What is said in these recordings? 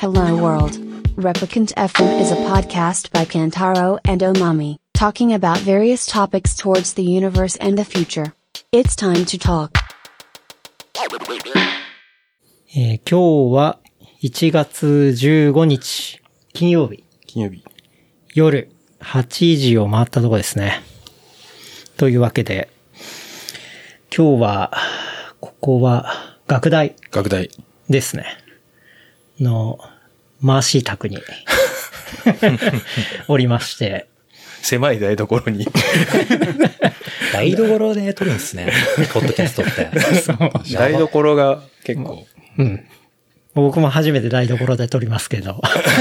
Hello World. Replicant FM is a podcast by Kantaro and Omami, talking about various topics towards the universe and the future. It's time to talk. 今日は1月15日、金曜日。夜8時を回ったとこですね。というわけで、今日は、ここは学大ですね。の、マーシー宅におりまして。 狭い台所に。 台所で撮るんですね。ポッドキャストって。 台所が結構。 うん。僕も初めて台所で撮りますけど。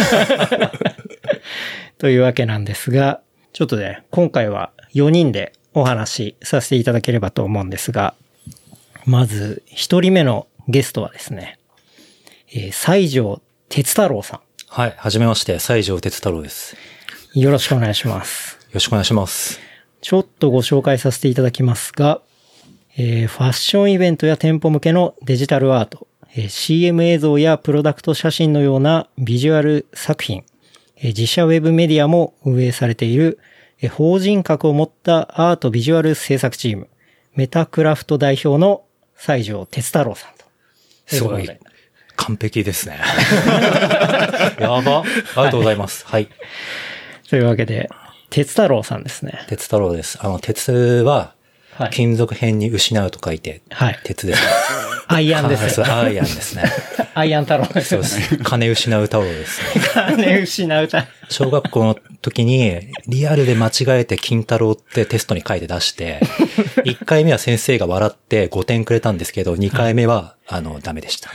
というわけなんですが、ちょっとね、今回は4人でお話しさせていただければと思うんですが、まず1人目のゲストはですね、西条哲太郎さん。 はい、はじめまして、西条哲太郎です。 よろしくお願いします。 よろしくお願いします。 ちょっとご紹介させていただきますが、ファッションイベントや店舗向けのデジタルアート、CM 映像やプロダクト写真のようなビジュアル作品、自社ウェブメディアも運営されている、法人格を持ったアートビジュアル制作チーム、メタクラフト代表の西条哲太郎さんと。 すごい。完璧ですね。やば。ありがとうございます。はい。 というわけで、哲太郎さんですね。 哲太郎です。鉄は、金属片に失うと書いて、はい、鉄です、ね。 アイアンですね。 アイアンですね。 アイアン太郎ですね。 そうです。金失う太郎です、ね。 金失う太郎。 小学校の時に、リアルで間違えて金太郎ってテストに書いて出して、1回目は先生が笑って5点くれたんですけど、2回目は、ダメでした。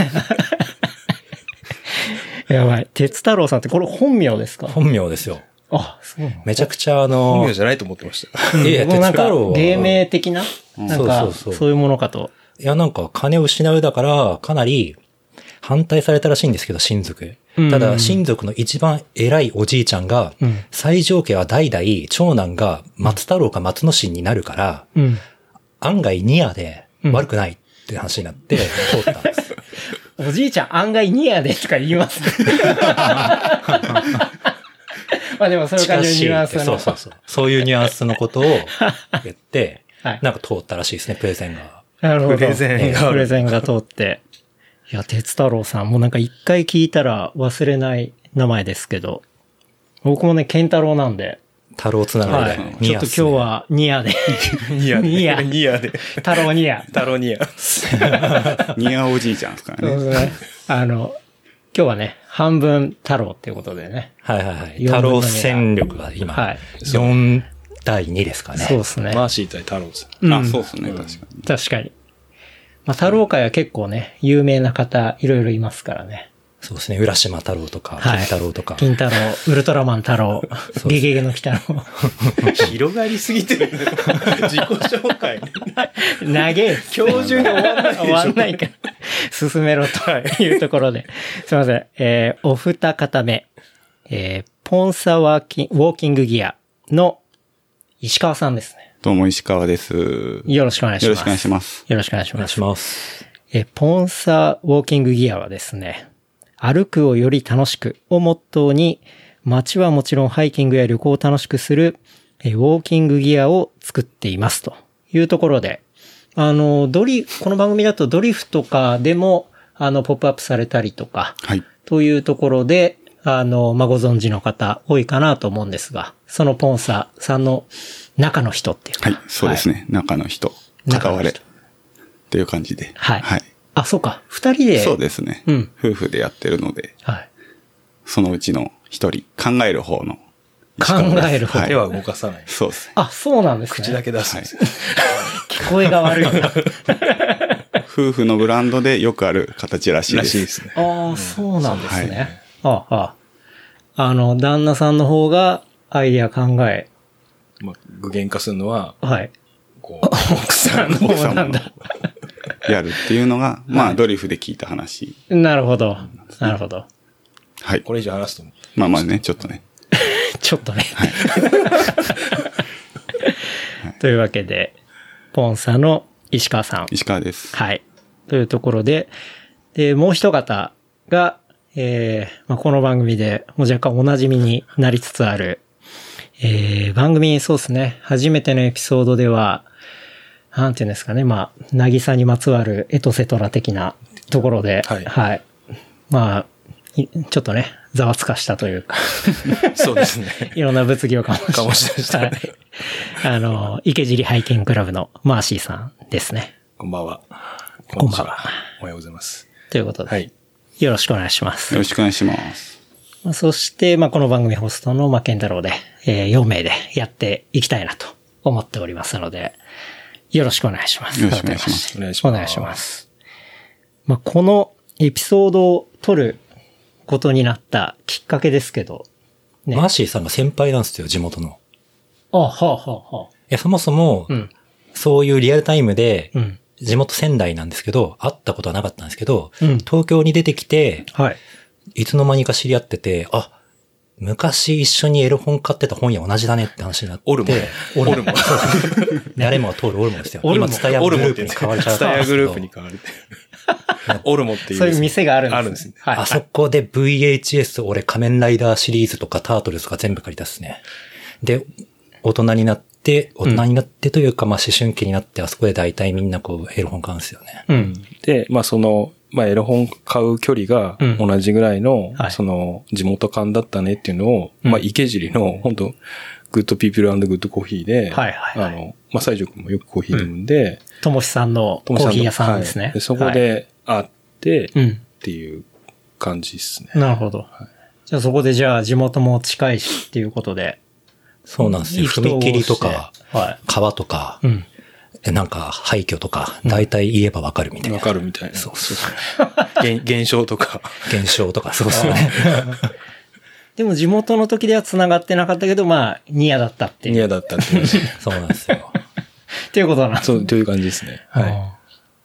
やばい。哲太郎さんってこれ本名ですか？ 本名ですよ。 あ、そう。 めちゃくちゃ本名じゃないと思ってました。 いや、哲太郎は。 芸名的ななんか、そういうものかと。 いや、なんか、金を失うだから、かなり、反対されたらしいんですけど、親族。ただ、親族の一番偉いおじいちゃんが、西条家は代々、長男が松太郎か松之進になるから、案外ニアで悪くないって話になって、通ったんです。 おじいちゃん案外ニアでとか言います。まあでもそういう感じのニュアンスの。 そう。そういうニュアンスのことを言って、なんか通ったらしいですね、プレゼンが。 なるほど。 プレゼンが通って。いや、哲太郎さんもなんか一回聞いたら忘れない名前ですけど、僕もね、健太郎なんで。 太郎つながりで、 ニア、ちょっと今日はニアで。 ニアで。 太郎ニア。 ニアおじいちゃんですからね。 そうですね。今日はね、半分太郎っていうことでね。 はい。太郎戦力が今、4対2ですかね。 そうですね。 マーシー対太郎です。 あ、そうですね、 確かに。まあ、太郎界は結構ね、有名な方、いろいろいますからね。 そうですね。浦島太郎とか、金太郎とか。 金太郎、ウルトラマン太郎、ゲゲゲの鬼太郎。 広がりすぎてるね。自己紹介。 長え。 今日中に終わんないから。進めろというところで。すいません。お二方目。ポンサウォーキングギアの石川さんですね。 どうも石川です。 よろしくお願いします。 よろしくお願いします。 よろしくお願いします。 お願いします。 ポンサウォーキングギアはですね、歩くをより楽しくをモットーに、街はもちろんハイキングや旅行を楽しくする、ウォーキングギアを作っていますというところで、この番組だとドリフとかでも、ポップアップされたりとか、 はい。 というところで、ご存知の方多いかなと思うんですが、そのポンサさんの中の人っていうか。 はい、そうですね。中の人。関われ。っていう感じで。 はい。あ、そうか。二人で。 そうですね。夫婦でやってるので。はい。そのうちの一人、考える方の。 考える方。 手は動かさない。 そうですね。 あ、そうなんですね。 口だけ出すんです。 聞こえが悪いな。 夫婦のブランドでよくある形らしいです。 らしいですね。 ああ、そうなんですね。旦那さんの方がアイデア考え。 具現化するのは、 はい。奥さんの方なんだ。 やるっていうのが、ドリフで聞いた話。 なるほど。なるほど。 はい。 これ以上話すと。 まあね、ちょっとね。 ちょっとね。はい。というわけで、ポンサの石川さん。 石川です。 はい。というところで、もう一方が、 この番組でもう若干お馴染みになりつつある、番組そうですね。初めてのエピソードでは、なんていうんですかね。渚にまつわるエトセトラ的なところで、はい。ちょっとね、ざわつかしたというか。 そうですね。 いろんな物議を醸しましたね。池尻拝見クラブのマーシーさんですね。 こんばんは。 こんばんは。 おはようございます。 ということで、よろしくお願いします。 よろしくお願いします。 そして、この番組ホストのケンタロウで、4名でやっていきたいなと思っておりますので、よろしくお願いします。 よろしくお願いします。 お願いします。このエピソードを撮ることになったきっかけですけど、 ね。マーシーさんが先輩なんですよ、地元の。そもそも、そういうリアルタイムで、地元仙台なんですけど、会ったことはなかったんですけど、東京に出てきて、いつの間にか知り合ってて、昔一緒にエロ本買ってた本屋同じだねって話になって。 オルモン。 誰もが通るオルモンですよ。今、ツタヤグループに変われちゃった。 ツタヤグループに変わるって。オルモっていう。 そういう店があるんです。 あるんですね。 あそこで VHS、俺仮面ライダーシリーズとかタートルズとか全部借りたっすね。で、大人になってというか、思春期になって、あそこで大体みんなエロ本買うんですよね。 で、エロ本買う距離が同じぐらいの、地元感だったねっていうのを、池尻の、本当グッドピープル&グッドコーヒーで、西条くんもよくコーヒー飲むんで、 ともしさんのコーヒー屋さんですね。 そこで会って、っていう感じですね。 なるほど。じゃあそこで地元も近いしっていうことで。 そうなんですよ。踏切とか、川とか、なんか廃墟とか、大体言えばわかるみたいな。 わかるみたいな。 そう。 現象とか。 そうですね。 でも地元の時では繋がってなかったけど、ニヤだったっていう。 ニヤだったっていう。 そうなんですよ。 っていうことなんですね。 そう、という感じですね。はい。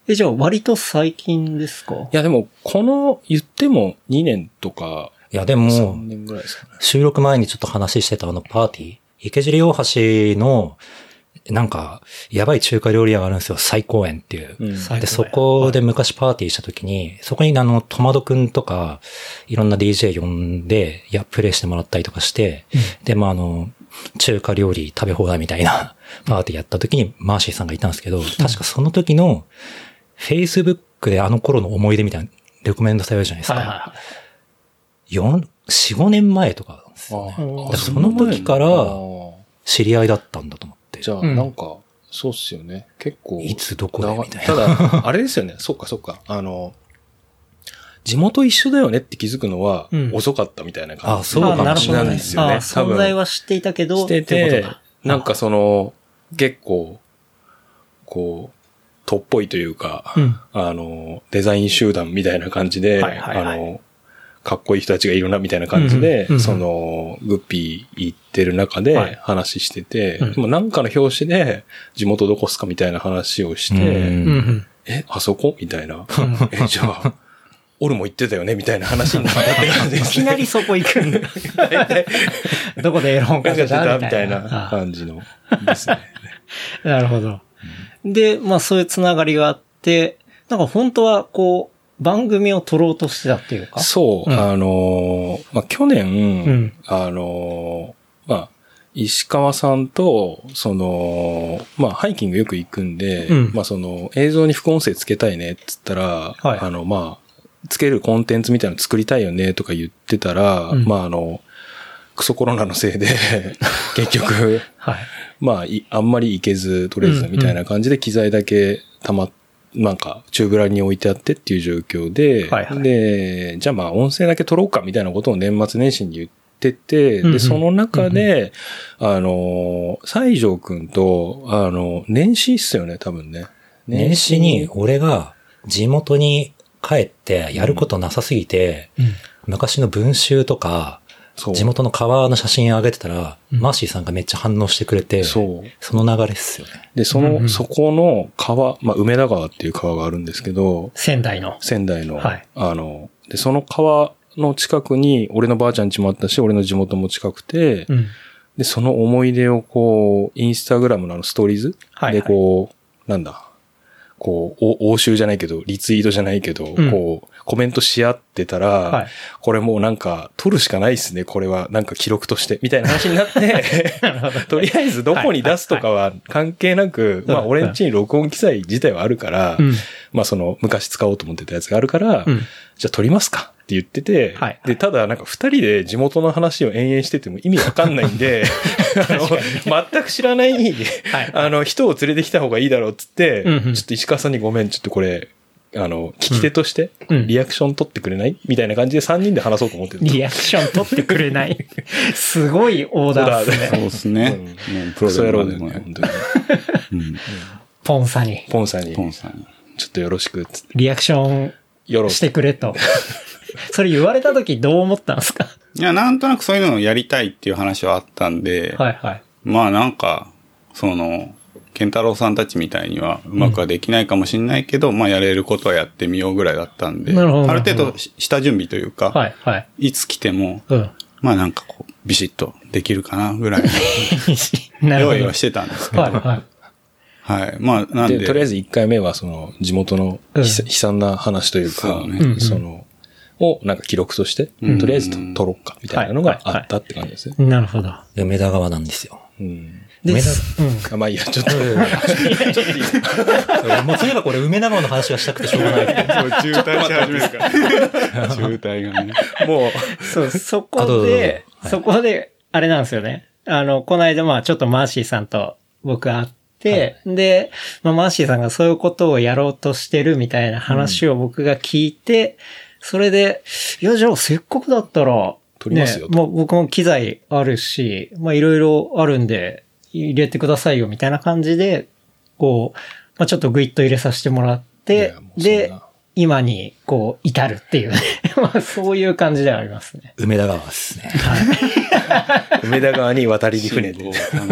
じゃあ割と最近ですか？ いやでも、言っても2年とか。 いやでも、 3年ぐらいですかね。 収録前にちょっと話してたパーティー、池尻大橋の、なんか、やばい中華料理屋があるんですよ。最高園っていう。で、そこで昔パーティーした時に、そこにトマドくんとか、いろんな DJ 呼んで、プレイしてもらったりとかして、で、中華料理食べ放題みたいなパーティーやった時にマーシーさんがいたんですけど、確かその時の、Facebook であの頃の思い出みたいなレコメンドされるじゃないですか。4、5年前とかなんですよね。その時から知り合いだったんだと思って。 じゃあ、なんか、そうっすよね。結構。 いつどこでみたいな。 ただ、あれですよね。そっか。地元一緒だよねって気づくのは遅かったみたいな感じ。 そうかもしれないですよね。 存在は知っていたけど、 してて、なんか結構、とっぽいというか、デザイン集団みたいな感じで、かっこいい人たちがいるなみたいな感じで、グッピー行ってる中で話してて、でもなんかの表紙で地元どこっすかみたいな話をして、あそこみたいな。じゃあ、オルも行ってたよねみたいな話になったって感じですね。 いきなりそこ行くんだ。どこでエロ本かしてたみたいな感じのですね。 なるほど。で、そういうつながりがあって、なんか本当は番組を撮ろうとしてたっていうか。 そう、去年、石川さんと、ハイキングよく行くんで、映像に副音声つけたいねって言ったら、つけるコンテンツみたいなの作りたいよねとか言ってたら、クソコロナのせいで、結局、あんまり行けず、取れずみたいな感じで機材だけなんか、宙ぶらりに置いてあってっていう状況で、で、じゃあ音声だけ撮ろうかみたいなことを年末年始に言ってて、で、その中で、西条くんと、年始っすよね、多分ね。 年始に、俺が地元に帰ってやることなさすぎて、昔の文集とか、地元の川の写真上げてたら、マーシーさんがめっちゃ反応してくれて、その流れっすよね。 で、そこの川、梅田川っていう川があるんですけど、 仙台の。 で、その川の近くに、俺のばあちゃん家もあったし、俺の地元も近くて、で、その思い出をインスタグラムのストーリーズでこう、応酬じゃないけど、リツイートじゃないけど、こう、コメントし合ってたら、これもうなんか、取るしかないっすね、これは。なんか記録として、みたいな話になって、とりあえずどこに出すとかは関係なく、まあ、俺んちに録音記載自体はあるから、まあ、その、昔使おうと思ってたやつがあるから、じゃあ撮りますかって言ってて、で、ただなんか二人で地元の話を延々してても意味わかんないんで、全く知らない、人を連れてきた方がいいだろうっつって、ちょっと石川さんにごめん、ちょっとこれ、聞き手として、リアクション取ってくれないみたいな感じで3人で話そうと思ってる。 リアクション取ってくれないすごいオーダーですね。 そうですね。 プロやろうね、本当に。 ポンサに。 ちょっとよろしくっつって。 リアクションしてくれと。それ言われた時どう思ったんですか？ いや、なんとなくそういうのをやりたいっていう話はあったんで、まあなんか、健太郎さんたちみたいにはうまくはできないかもしれないけど、まあやれることはやってみようぐらいだったんで、ある程度下準備というか、いつ来ても、まあなんかこう、ビシッとできるかなぐらいの用意はしてたんですけど、はい。まあなんで。 とりあえず1回目はその地元の悲惨な話というか、をなんか記録として、とりあえず撮ろうかみたいなのがあったって感じですね。 なるほど。 梅田川なんですよ。 まあいいや、ちょっと。ちょっといい。 もうそういえばこれ梅田川の話がしたくてしょうがない。 渋滞し始めるから。渋滞がね。 もう、そこで、あれなんですよね。この間まあちょっとマーシーさんと僕会って、で、まあマーシーさんがそういうことをやろうとしてるみたいな話を僕が聞いて、それで、いや、じゃあせっかくだったら、 撮りますよ。 もう僕も機材あるし、まあいろいろあるんで、入れてくださいよみたいな感じで、こう、まあちょっとグイッと入れさせてもらって、で、今にこう、至るっていうね。まあそういう感じではありますね。 梅田川ですね。 梅田川に渡りに船で。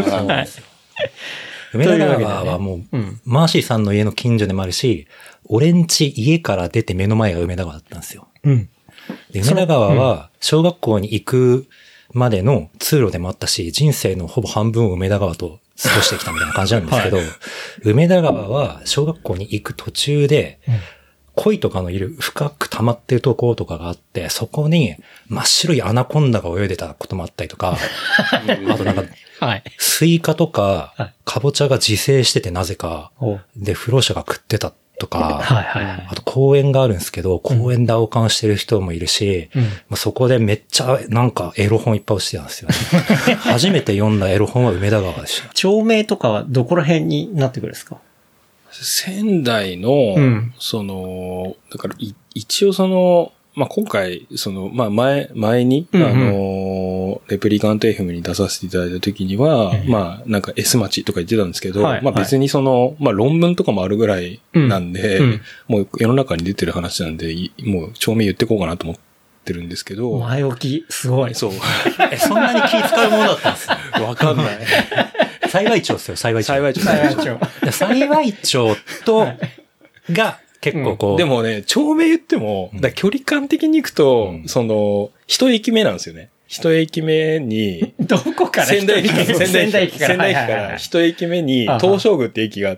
梅田川はもう、マーシーさんの家の近所でもあるし、俺んち家から出て目の前が梅田川だったんですよ。で梅田川は、小学校に行くまでの通路でもあったし、人生のほぼ半分を梅田川と過ごしてきたみたいな感じなんですけど、梅田川は小学校に行く途中で、鯉とかのいる深く溜まってるところとかがあって、そこに真っ白いアナコンダが泳いでたこともあったりとか、あとなんか、スイカとか、カボチャが自生しててなぜか、で、不老者が食ってたとか、あと公園があるんですけど、公園で青缶してる人もいるし、そこでめっちゃなんかエロ本いっぱい落ちてたんですよね。初めて読んだエロ本は梅田川でした。 町名とかはどこら辺になってくるんですか？ 仙台の、だから一応まあ、今回、まあ、前に、レプリカント FM に出させていただいた時には、まあ、なんか S 町とか言ってたんですけど、まあ別にまあ論文とかもあるぐらいなんで、もう世の中に出てる話なんで、もう町名言ってこうかなと思ってるんですけど。 前置き、すごい。 そう。 そんなに気使うものだったんですね。 わかんない。 幸町ですよ、幸町。 幸町と、が、結構こう、 でもね、町名言っても、距離感的に行くと、一駅目なんですよね。一駅目に、 どこから仙台駅から一駅目に、東照宮って駅があって、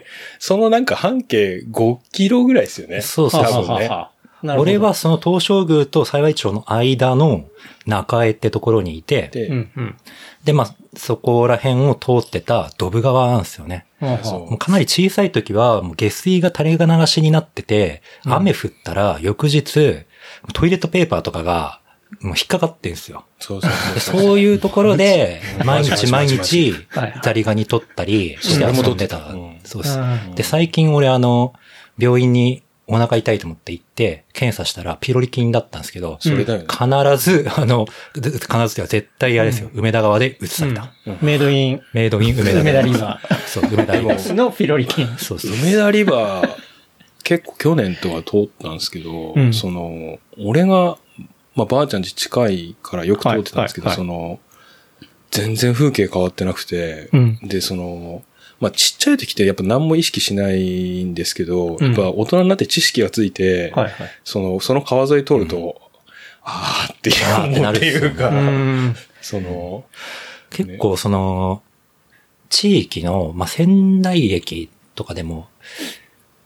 そのなんか半径5キロぐらいですよね。 そうそうそう。 多分ね。 俺はその東照宮と幸町の間の中江ってところにいて、で、まあ、そこら辺を通ってたドブ川なんですよね。もうかなり小さい時は、もう下水が垂れ流しになってて、雨降ったら翌日、トイレットペーパーとかが、もう引っかかってんですよ。そういうところで、毎日、ザリガニ取ったりして遊んでた。そうです。で、最近俺病院にお腹痛いと思って行って、検査したらピロリ菌だったんですけど、 それだよね。 必ずでは絶対あれですよ。梅田川で移された。 メイドイン梅田リバー。 そう、梅田リバー。 のピロリ菌。 そうそう。梅田リバー、結構去年とか通ったんですけど、俺が、まあ、ばあちゃん家近いからよく通ってたんですけど、全然風景変わってなくて、で、まあ、ちっちゃい時ってやっぱ何も意識しないんですけど、やっぱ大人になって知識がついて、その川沿い通ると、あーっていうか、 結構地域の、まあ、仙台駅とかでも、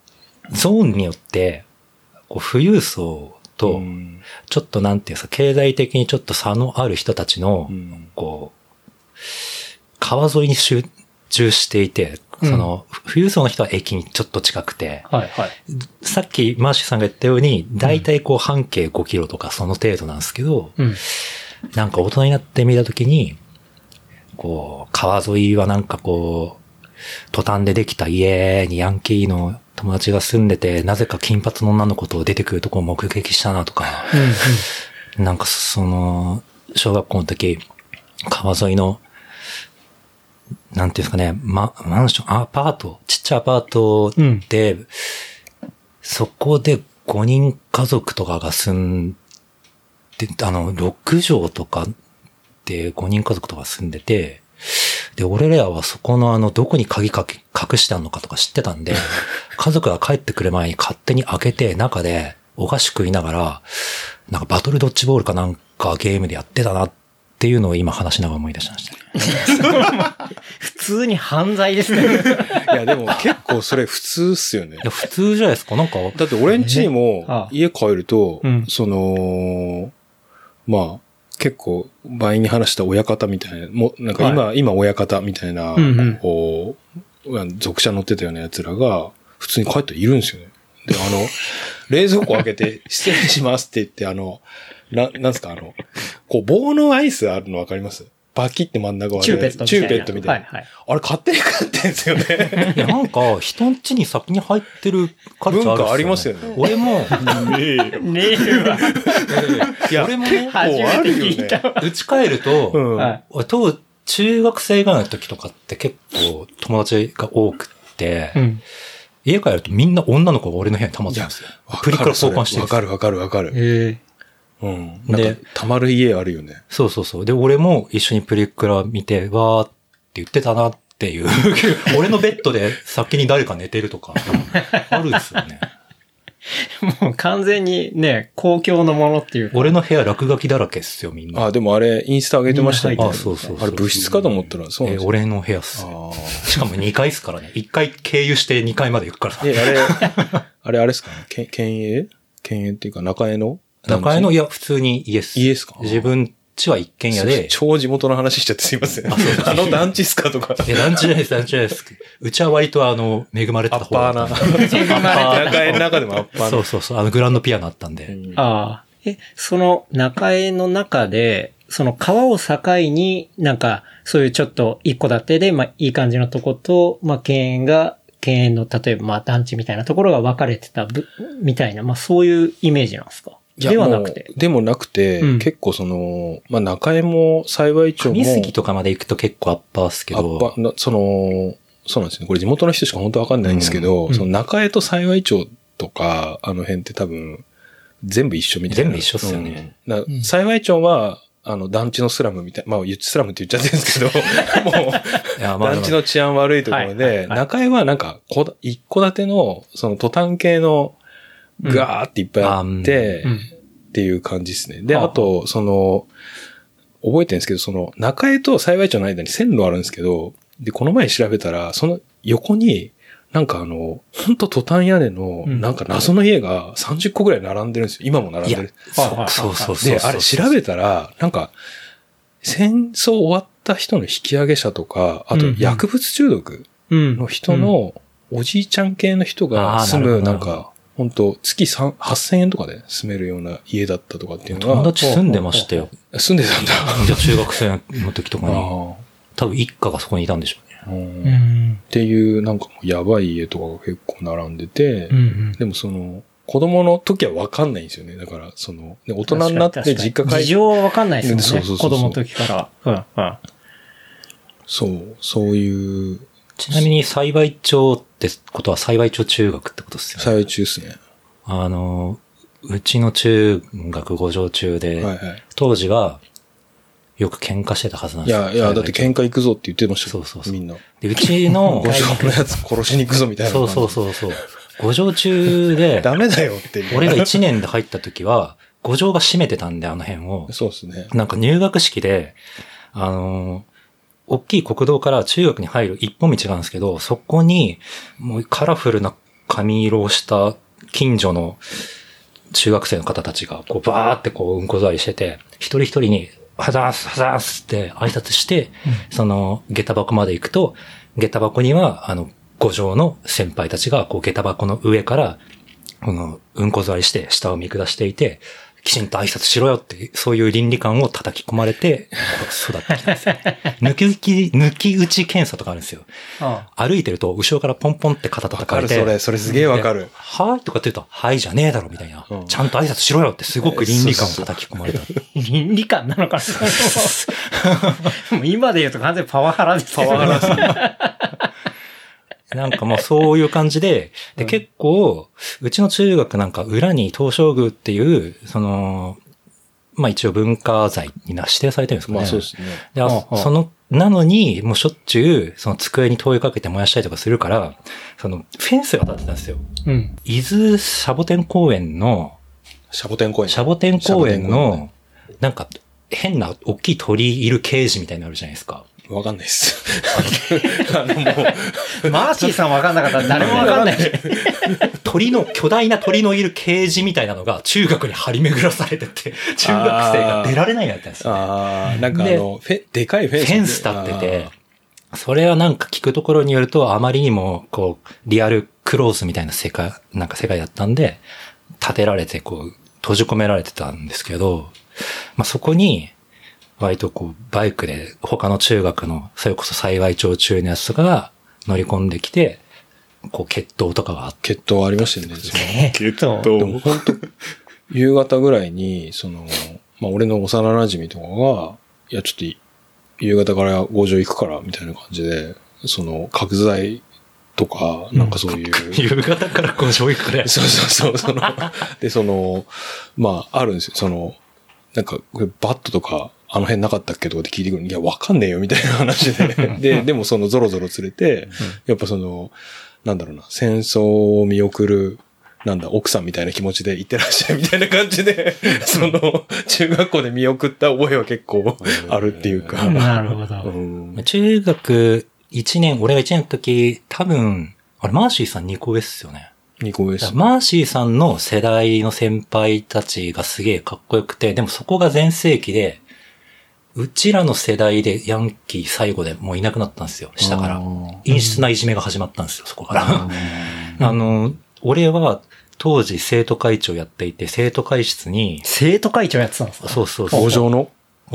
ゾーンによって、富裕層と、ちょっとなんていうか、経済的にちょっと差のある人たちの、川沿いに集中していて、その、富裕層の人は駅にちょっと近くて、さっきマーシーさんが言ったように、だいたい半径5キロとかその程度なんですけど、なんか大人になってみたときに、川沿いはなんかトタンでできた家にヤンキーの友達が住んでて、なぜか金髪の女の子と出てくるとこを目撃したなとか、なんか小学校の時、川沿いの、なんていうんですかね、マンション、アパート、ちっちゃいアパートで、そこで5人家族とかが住んで、6畳とかで5人家族とか住んでて、で、俺らはそこのどこに鍵隠してあるのかとか知ってたんで、家族が帰ってくる前に勝手に開けて、中でお菓子食いながら、なんかバトルドッジボールかなんかゲームでやってたなっていうのを今話しながら思い出しましたね。 普通に犯罪ですね。 いや、でも結構それ普通っすよね。 いや、普通じゃないですか。なんか。 だって俺ん家にも家帰ると、まあ、結構倍に話した親方みたいな、なんか今親方みたいな、属者乗ってたような奴らが、普通に帰っているんですよね。で、冷蔵庫開けて、失礼しますって言って、なんすか、棒のアイスあるのわかります？パキって真ん中はチューペットみたいな。 あれ勝手に食ってんすよね。 いや、なんか、人ん家に先に入ってるカルチャーあるっすよね。 文化ありますよね。 俺も、 ねえわ。 いや、 俺もね、 初めて聞いたわ。 うち帰ると、中学生ぐらいの時とかって結構友達が多くって、家帰るとみんな女の子が俺の部屋に溜まってるんですよ。プリクラ交換してる。 わかる。で、溜まる家あるよね。 そう。で、俺も一緒にプリクラ見て、わーって言ってたなっていう。俺のベッドで先に誰か寝てるとか、あるんですよね。 もう完全にね、公共のものっていうか。 俺の部屋落書きだらけっすよ、みんな。 でもあれ、インスタ上げてましたね。 そう。 あれ、物質かと思ったら、そうなんですよ。 俺の部屋っす。しかも2階っすからね。1階経由して2階まで行くから。 あれっすかね。県営っていうか、中江のいや、普通に家っす。 家っすか？ 自分家は一軒家で。 超地元の話しちゃってすいません。団地っすかとか。 団地じゃないです。うちは割と恵まれてた方だったんで。 中江の中でもアッパーな。 そう。グランドピアノあったんで。 その中江の中で、その川を境になんか、そういうちょっと一戸建てで、いい感じのとこと、県営の、例えば団地みたいなところが分かれてたみたいな、そういうイメージなんですか？ではなくて。 でもなくて、結構中江も幸町も。 上杉とかまで行くと結構アッパーっすけど。 そうなんですね。これ地元の人しか本当わかんないんですけど、その中江と幸町とか、辺って多分、全部一緒みたいな。 全部一緒っすよね。 幸町は、団地のスラムみたいな、スラムって言っちゃってるんですけど、もう、団地の治安悪いところで、中江はなんか、一戸建ての、トタン系の、ガーっていっぱいあって、っていう感じですね。で、あと、覚えてるんですけど、中江と幸町の間に線路あるんですけど、で、この前調べたら、その横に、なんかほんとトタン屋根の、なんか謎の家が30個ぐらい並んでるんですよ。今も並んでる。 そう。 で、あれ調べたら、なんか、戦争終わった人の引き上げ者とか、あと薬物中毒の人のおじいちゃん系の人が住む、なんか、本当月8000円とかで住めるような家だったとかっていうのが。 友達住んでましたよ。 住んでたんだ。 じゃあ中学生の時とかに。多分一家がそこにいたんでしょうね。っていう、なんかやばい家とかが結構並んでて、でも子供の時は分かんないんですよね。だから、大人になって実家帰って。 事情は分かんないですよね。子供の時から。 そういう。 ちなみに幸町ってことは幸町中学ってことですよね。 幸中ですね。 うちの中学五条中で、当時はよく喧嘩してたはずなんですよ。 いや、だって喧嘩行くぞって言ってましたよ。 そう。 みんな。 で、うちの五条のやつ殺しに行くぞみたいな。 そう。五条中で、 ダメだよって。 俺が1年で入った時は、五条が閉めてたんで、あの辺を。 そうですね。 なんか入学式で、大きい国道から中学に入る一本道があるんですけど、そこに、もうカラフルな髪色をした近所の中学生の方たちが、こう、バーってこう、うんこ座りしてて、一人一人に、はざーす、はざーすって挨拶して、その、下駄箱まで行くと、下駄箱には、五条の先輩たちが、こう、下駄箱の上から、うんこ座りして下を見下していて、きちんと挨拶しろよって、そういう倫理観を叩き込まれて、育ってきたんですよ。抜き打ち検査とかあるんですよ。歩いてると、後ろからポンポンって肩叩かれて。 それすげえわかる。 はいとかって言うと、はいじゃねえだろみたいな。ちゃんと挨拶しろよってすごく倫理観を叩き込まれた。 倫理観なのかなもう今で言うと完全にパワハラですよね。パワハラなんかもうそういう感じで、結構、うちの中学なんか裏に東照宮っていう、まあ一応文化財に指定されてるんですかね。 まあそうですね。 で、なのに、もうしょっちゅう、その机に灯油かけて燃やしたりとかするから、フェンスが立ってたんですよ。うん。伊豆シャボテン公園の、 シャボテン公園の、なんか、変な大きい鳥いるケージみたいになのあるじゃないですか。 わかんないです。 マーシーさんわかんなかったら誰もわかんない。 巨大な鳥のいるケージみたいなのが中学に張り巡らされてて、中学生が出られないようになったんですよ、ね。 なんかでかいフェンス。 フェンス立ってて、それはなんか聞くところによると、あまりにも、こう、リアルクローズみたいな世界だったんで、建てられて、こう、閉じ込められてたんですけど、まあ、そこに、割とこう、バイクで他の中学の、それこそ幸い町中のやつとかが乗り込んできて、こう、決闘とかがあって。 決闘ありましたよね。 決闘。 でも本当夕方ぐらいに、まあ、俺の幼馴染とかが、いや、ちょっと夕方から五条行くから、みたいな感じで、角材とか、なんかそういう。 夕方から五条行くから。 そう。で、まあ、あるんですよ。なんか、バットとか、あの辺なかったっけとかって聞いてくる。いや、わかんねえよ、みたいな話で。でもゾロゾロ連れて、やっぱなんだろうな、戦争を見送る、奥さんみたいな気持ちで行ってらっしゃいみたいな感じで、中学校で見送った覚えは結構あるっていうか。 なるほど。 中学1年、俺が1年の時、多分、マーシーさん2個上っすよね。 2個上です。 マーシーさんの世代の先輩たちがすげえかっこよくて、でもそこが全盛期で、うちらの世代でヤンキー最後でもういなくなったんですよ、下から。陰湿ないじめが始まったんですよ、そこから。俺は当時生徒会長やっていて、生徒会室に。 生徒会長やってたんですか？ そう。 五条の。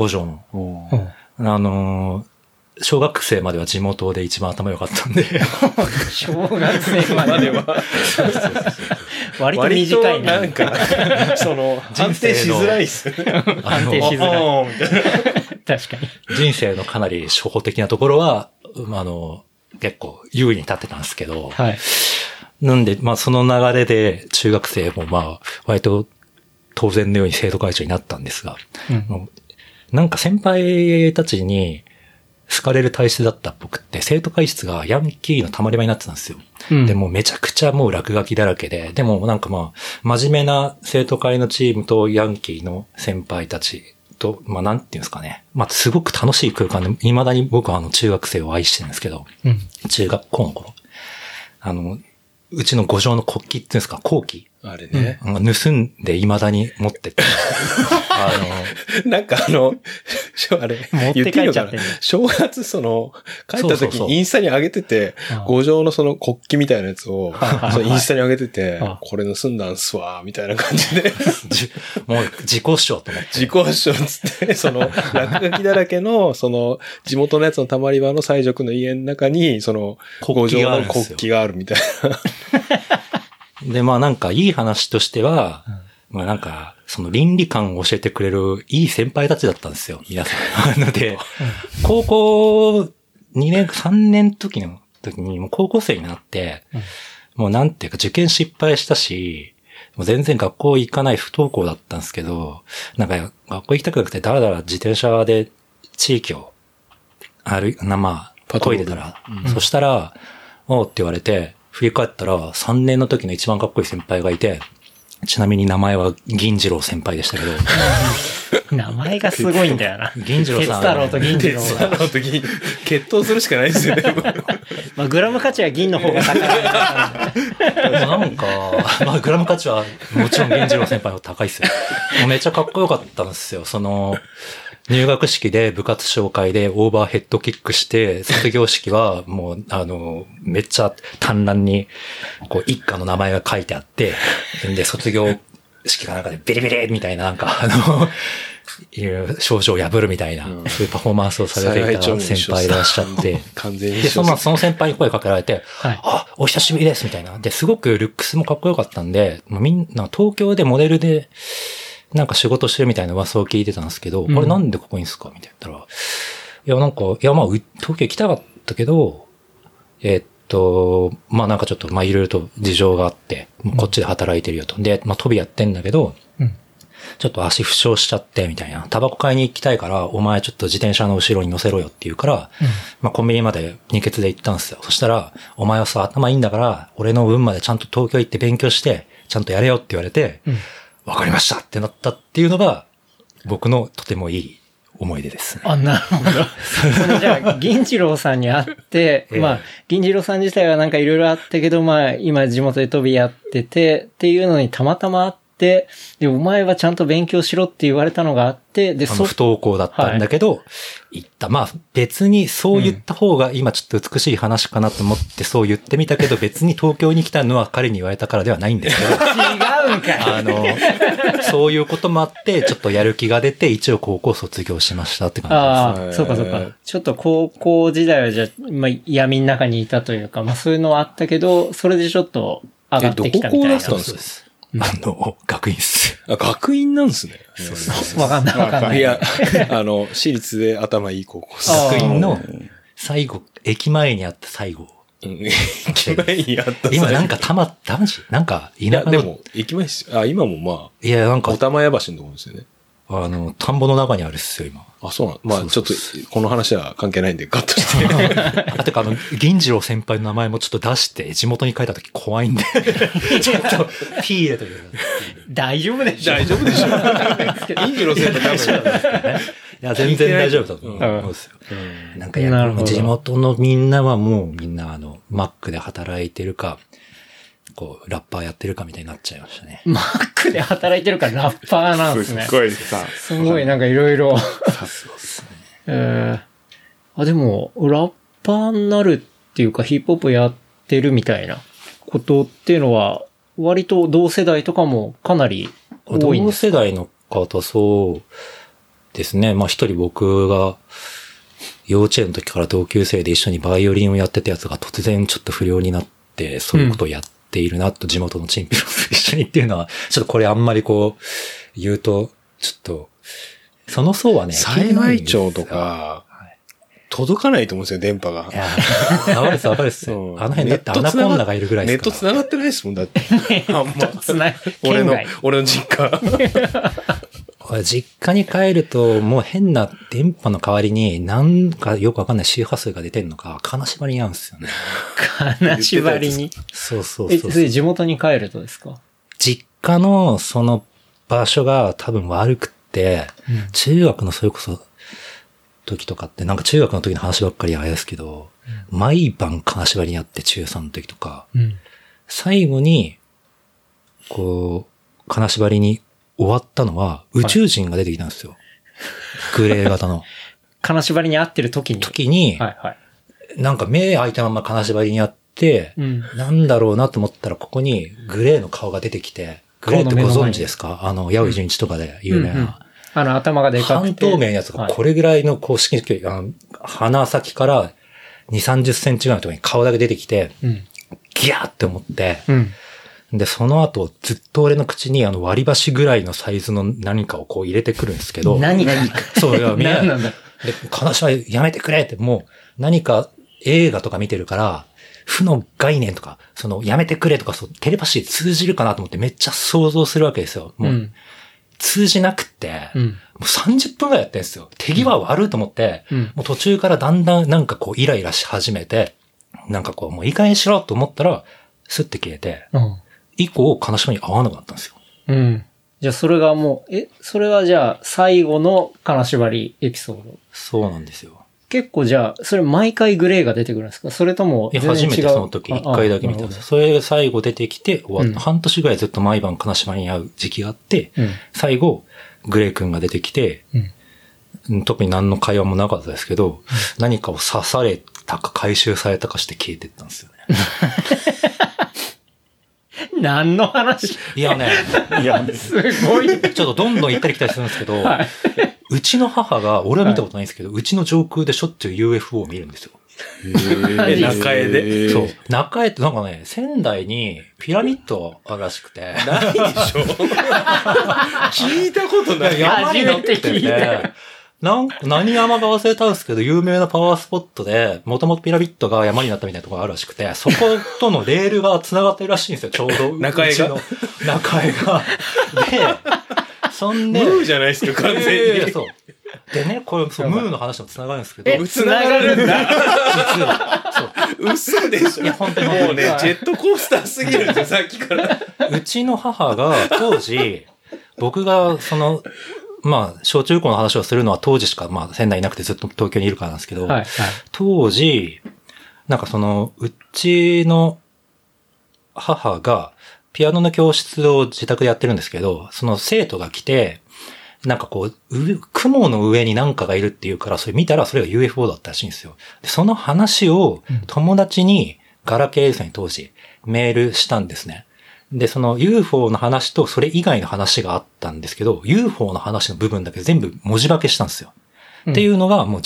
小学生までは地元で一番頭良かったんで。 小学生までは。割と短いな。 なんか、安定しづらいっす。 安定しづらい。確かに。 人生のかなり初歩的なところは、結構優位に立ってたんですけど。 はい。 なんで、まあその流れで中学生もまあ、割と当然のように生徒会長になったんですが、なんか先輩たちに、好かれる体質だった僕って生徒会室がヤンキーの溜まり場になってたんですよ。でもめちゃくちゃもう落書きだらけで、でもなんかまあ真面目な生徒会のチームとヤンキーの先輩たちと、まあなんていうんですかね。まあすごく楽しい空間で、未だに僕は中学生を愛してるんですけど、中学校の頃。うちの五条の国旗っていうんですか、国旗。 あれね。 盗んで未だに持ってて。 なんかあれ、 持って帰っちゃってる。 正月帰った時にインスタに上げてて、五条の国旗みたいなやつを、インスタに上げてて、これ盗んだんすわ、みたいな感じで。 もう自己主張と思って。 自己主張つって、落書きだらけの、地元のやつのたまり場の西塾の家の中に、五条の国旗があるみたいな。 で、まあなんかいい話としては、まあなんか、倫理観を教えてくれるいい先輩たちだったんですよ、皆さん。なので、高校2年、3年の時に、もう高校生になって、もうなんていうか受験失敗したし、もう全然学校行かない不登校だったんですけど、なんか学校行きたくなくてだらだら自転車で地域をまあ、漕いでたら、そしたら、おうって言われて、振り返ったら3年の時の一番かっこいい先輩がいて、ちなみに名前は銀次郎先輩でしたけど。名前がすごいんだよな。 銀次郎さん。 鉄太郎と銀次郎。 鉄太郎と銀、決闘するしかないですよね。 まあグラム価値は銀の方が高い。 なんか、まあグラム価値はもちろん源次郎先輩の高いっすよ。もうめっちゃかっこよかったんですよ。入学式で部活紹介でオーバーヘッドキックして、卒業式はもう、めっちゃ短乱に、こう、一家の名前が書いてあって、で、卒業式かなんかでビリビリみたいな、なんか、いう症状を破るみたいな、そういうパフォーマンスをされていた先輩いらっしゃって、 完全にで、その先輩に声かけられて、はい、あ、お久しぶりですみたいな。で、すごくルックスもかっこよかったんで、みんな東京でモデルで、なんか仕事してるみたいな噂を聞いてたんですけど、これなんでここにいんすかみたいな言ったら、いや、なんか、いや、まあ、東京行きたかったけど、まあなんかちょっと、まあいろいろと事情があって、こっちで働いてるよと。で、まあ飛びやってんだけど、ちょっと足負傷しちゃって、みたいな。タバコ買いに行きたいから、お前ちょっと自転車の後ろに乗せろよって言うから、まあコンビニまで二欠で行ったんですよ。そしたら、お前はさ、頭いいんだから、俺の分までちゃんと東京行って勉強して、ちゃんとやれよって言われて、わかりましたってなったっていうのが、僕のとてもいい思い出ですね。 あ、なるほど。じゃあ、銀次郎さんに会って、まあ、銀次郎さん自体はなんかいろいろあったけど、まあ、今地元で飛びやってて、っていうのにたまたま会って、で、お前はちゃんと勉強しろって言われたのがあって、で、 不登校だったんだけど、言った。まあ、別にそう言った方が今ちょっと美しい話かなと思ってそう言ってみたけど、別に東京に来たのは彼に言われたからではないんですけど。 違うんかい。 そういうこともあって、ちょっとやる気が出て、一応高校卒業しましたって感じです。 ああ、そうかそうか。ちょっと高校時代はじゃあ、まあ、闇の中にいたというか、まあそういうのはあったけど、それでちょっと上がってきたみたいな。 どこだったんですか？ 学院っす。 あ、学院なんですね。 そうわかんない。 いや、私立で頭いい高校学院の最後、駅前にあった最後。 駅前にあった今なんかなんか、田舎の。 いや、でも、駅前っすよ。あ、今もまあ。 いや、なんか。 お玉屋橋のところですよね。 田んぼの中にあるっすよ、今。 あ、そうなん。まあちょっと、この話は関係ないんでカットして。 あ、てか銀次郎先輩の名前もちょっと出して、地元に帰った時怖いんで。ちょっと、ピー入れという。 大丈夫でしょ。 大丈夫でしょ。銀次郎先輩大丈夫ですね。 いや、全然大丈夫だと思うんですよ。なんか地元のみんなはもうみんなマックで働いてるか、こう、ラッパーやってるかみたいになっちゃいましたね。 マックで働いてるからラッパーなんですね。 すごいさ。 すごいなんかいろいろ。 そうですね。 あ、でも、ラッパーになるっていうかヒップホップやってるみたいなことっていうのは、割と同世代とかもかなり多いんですか？ 同世代の方、そうですね。まあ一人僕が幼稚園の時から同級生で一緒にバイオリンをやってたやつが突然ちょっと不良になって、そういうことをやっているなと地元のチンピロと一緒にっていうのは、ちょっとこれあんまりこう言うと、ちょっと、その層はね、 幸町とか、届かないと思うんですよ、電波が。 いや、わかるっす。あの辺だってアナコンダがいるぐらいですから。 ネット繋がってないですもん、だって。俺の実家。 実家に帰ると、もう変な電波の代わりに、なんかよくわかんない周波数が出てるのか、金縛りに合うんですよね。 金縛りに？ そう。それ地元に帰るとですか？ 実家のその場所が多分悪くって、中学のそれこそ、時とかって、なんか中学の時の話ばっかりあれですけど、毎晩金縛りにあって中3の時とか、最後に、こう、金縛りに終わったのは宇宙人が出てきたんですよ。グレー型の。 金縛りに合ってる時に、 なんか目開いたまま金縛りにあって、なんだろうなと思ったらここにグレーの顔が出てきて、グレーってご存知ですか？八尾純一とかで有名な。 頭がでかくて。 半透明のやつがこれぐらいのこう至近距離、鼻先から2、30センチぐらいのところに顔だけ出てきて、ギャーって思って、で、その後ずっと俺の口に割り箸ぐらいのサイズの何かをこう入れてくるんですけど。 何かそう、みんな、で、金縛りやめてくれってもう何か映画とか見てるから、負の概念とか、やめてくれとか、テレパシー通じるかなと思ってめっちゃ想像するわけですよ。もう通じなくって、もう30分ぐらいやってるんですよ。手際悪いと思って、もう途中からだんだんなんかこうイライラし始めて、なんかこうもういい加減しろと思ったら、スッて消えて、以降金縛りに合わなくなったんですよ。 じゃあそれがもう、それはじゃあ最後の金縛りエピソード。 そうなんですよ。 結構じゃあ、それ毎回グレーが出てくるんですか？それとも全然違う？ 初めてその時1回だけ見たんですよ。それが最後出てきて終わった。半年ぐらいずっと毎晩金島に会う時期があって、最後、グレー君が出てきて、特に何の会話もなかったですけど、何かを刺されたか回収されたかして消えてったんですよね。 何の話？ いやね、 すごい。 ちょっとどんどん行ったり来たりするんですけど、うちの母が、俺は見たことないんですけど、うちの上空でしょっちゅう UFO を見るんですよ。 中江で。 そう。中江ってなんかね、仙台にピラミッドあるらしくて。 ないでしょ聞いたことない。 山に乗ってて、何山か忘れたんですけど、有名なパワースポットで、もともとピラミッドが山になったみたいなところがあるらしくて、そことのレールが繋がってるらしいんですよ、ちょうど。 中江が中江が。で、そんで。 ムーじゃないですか、完全に。 そう。でね、これ、ムーの話も繋がるんですけど。 繋がるんだ。 実は。 そう。嘘でしょ。 いや、本当に。 もうね、ジェットコースターすぎるんですよ、さっきから。 うちの母が、当時、僕が、まあ、小中高の話をするのは当時しか、まあ、仙台いなくてずっと東京にいるからなんですけど、当時、なんかうちの母が、ピアノの教室を自宅でやってるんですけど、その生徒が来て、なんかこう、雲の上に何かがいるっていうから、それ見たらそれが UFO だったらしいんですよ。でその話を友達に、ガラケーに当時、メールしたんですね。で、その UFO の話とそれ以外の話があったんですけど、UFO の話の部分だけ全部文字化けしたんですよ。っていうのがもう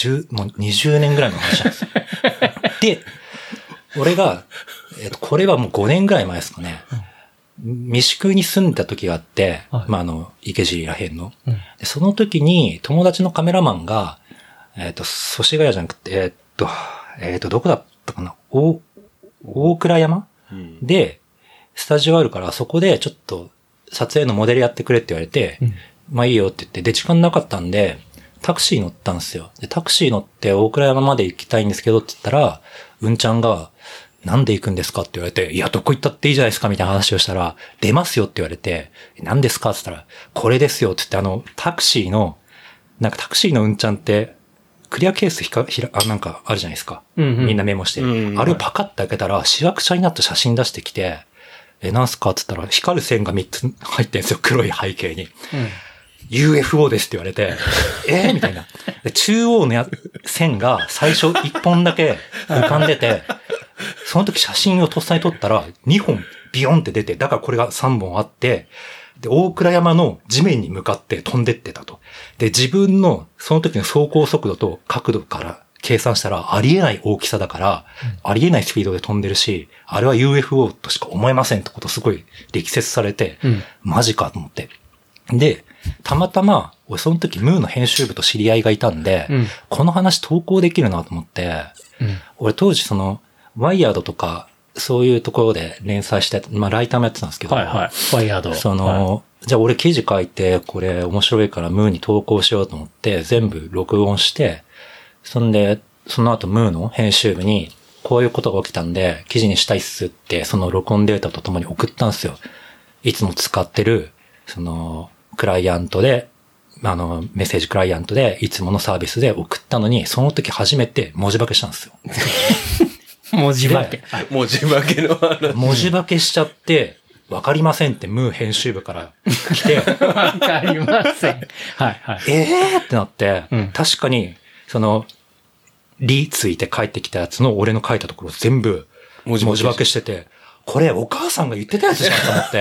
20年ぐらいの話なんですよ。で、俺が、これはもう5年ぐらい前ですかね。三宿に住んだ時があって、まあ、池尻らへんの。でその時に友達のカメラマンが、祖師ヶ谷じゃなくて、どこだったかな？大倉山、で、スタジオあるから、そこでちょっと撮影のモデルやってくれって言われて、まあいいよって言って、で、時間なかったんで、タクシー乗ったんですよ。で、タクシー乗って大倉山まで行きたいんですけどって言ったら、うんちゃんが、なんで行くんですかって言われて、いや、どこ行ったっていいじゃないですかみたいな話をしたら、出ますよって言われて、何ですかって言ったら、これですよって言って、タクシーのうんちゃんって、クリアケースなんかあるじゃないですか。みんなメモしてる。あれをパカッて開けたら、しわくちゃになった写真出してきて、なんすかって言ったら、光る線が3つ入ってんですよ、黒い背景に。UFO ですって言われて、みたいな。で中央の線が最初1本だけ浮かんでて、その時写真をとっさに撮ったら2本ビヨンって出て、だからこれが3本あって、で、大倉山の地面に向かって飛んでってたと。で、自分のその時の走行速度と角度から計算したらありえない大きさだから、ありえないスピードで飛んでるし、あれは UFO としか思えませんってことすごい力説されて、マジかと思って。で、たまたま、俺その時ムーの編集部と知り合いがいたんで、この話投稿できるなと思って、俺当時ワイヤードとか、そういうところで連載して、まあライターもやってたんですけど、 ワイヤード。 じゃあ俺記事書いて、これ面白いからムーに投稿しようと思って、全部録音して、そんで、その後ムーの編集部に、こういうことが起きたんで、記事にしたいっすって、その録音データとともに送ったんですよ。いつも使ってる、クライアントで、メッセージクライアントで、いつものサービスで送ったのに、その時初めて文字化けしたんですよ。 文字化け。 文字化けの話。 文字化けしちゃって、わかりませんってムー編集部から来て。 わかりません。はいはい。 ってなって、確かに、リついて帰ってきたやつの俺の書いたところ全部文字化けしてて、これお母さんが言ってたやつじゃんと思って。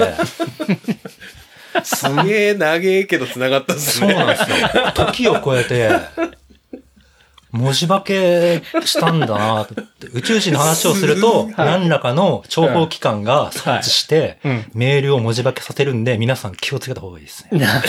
すげえ長えけど繋がったっすね。そうなんですよ。時を超えて、文字化けしたんだなって。宇宙人の話をすると、何らかの諜報機関が察知して、メールを文字化けさせるんで、皆さん気をつけた方がいいですね。 な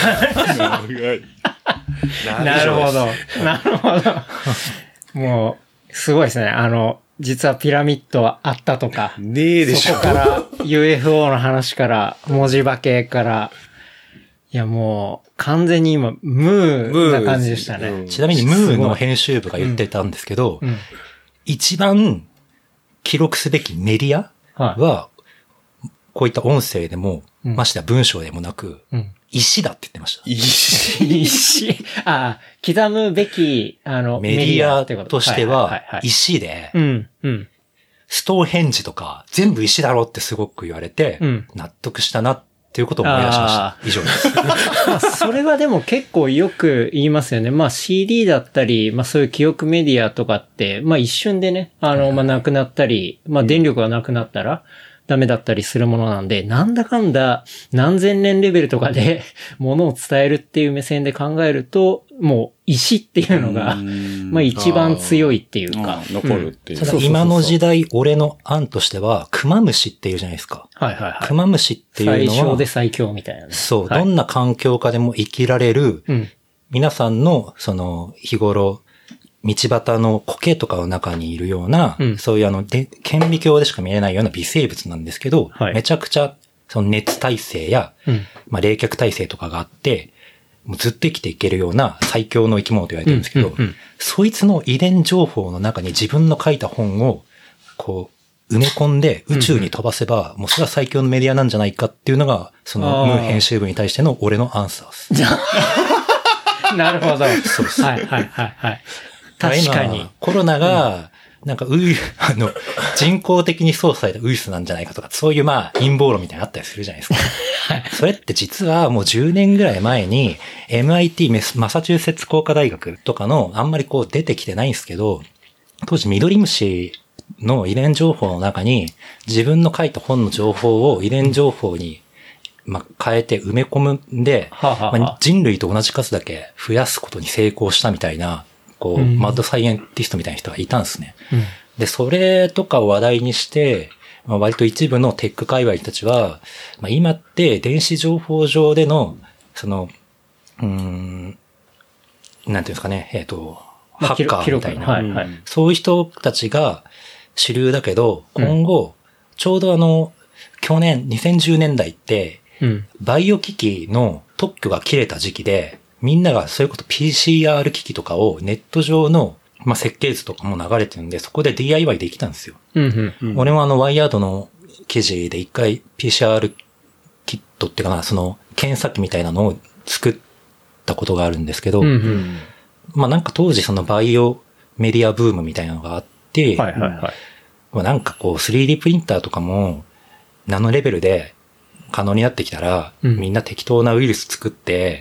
るほど。なるほど。もう、すごいですね。実はピラミッドはあったとか。 ねえでしょ。 そこから UFO の話から、文字化けから、いやもう、完全に今、ムーな感じでしたね。 ちなみにムーの編集部が言ってたんですけど、一番記録すべきメディアは、こういった音声でも、ましてや文章でもなく、 石だって言ってました。 石刻むべき、 メディアとしては、石で、ストーンヘンジとか、全部石だろってすごく言われて、納得したなっていうことを思い出しました。以上です。 それはでも結構よく言いますよね。まあ CD だったり、まあそういう記憶メディアとかって、まあ一瞬でね、まあなくなったり、まあ電力がなくなったら、ダメだったりするものなんで、なんだかんだ何千年レベルとかで物を伝えるっていう目線で考えると、もう石っていうのが、まあ一番強いっていうか。 残るっていう。 ただ今の時代、俺の案としては、クマムシっていうじゃないですか。 はいはいはい。 クマムシっていうのは。 最小で最強みたいなね。 そう、どんな環境下でも生きられる、皆さんの、日頃、道端の苔とかの中にいるような、そういう顕微鏡でしか見えないような微生物なんですけど、めちゃくちゃ、熱耐性や、まあ、冷却耐性とかがあって、もうずっと生きていけるような最強の生き物と言われてるんですけど、そいつの遺伝情報の中に自分の書いた本を、こう、埋め込んで宇宙に飛ばせば、もうそれは最強のメディアなんじゃないかっていうのが、ムー編集部に対しての俺のアンサーです。 なるほど。 そうです。 はいはいはいはい。確かに。 コロナが、なんか人工的に操作されたウイルスなんじゃないかとか、そういうまあ陰謀論みたいなのあったりするじゃないですか。それって実はもう10年ぐらい前に MIT マサチューセッツ工科大学とかのあんまりこう出てきてないんですけど、当時ミドリムシの遺伝情報の中に自分の書いた本の情報を遺伝情報にまあ変えて埋め込んで、まあ、人類と同じ数だけ増やすことに成功したみたいな、こう、マッドサイエンティストみたいな人がいたんですね。で、それとかを話題にして、まあ、割と一部のテック界隈たちは、まあ、今って電子情報上での、なんていうんですかね、ハッカーみたいな、そういう人たちが主流だけど、今後、ちょうど去年、2010年代って、バイオ機器の特許が切れた時期で、みんながそういうこと PCR 機器とかをネット上の、まあ、設計図とかも流れてるんで、そこで DIY できたんですよ。俺もワイヤードの記事で一回 PCR キットっていうかな、検査機みたいなのを作ったことがあるんですけど、まあなんか当時バイオメディアブームみたいなのがあって、まあなんかこう 3D プリンターとかもナノレベルで可能になってきたら、みんな適当なウイルス作って、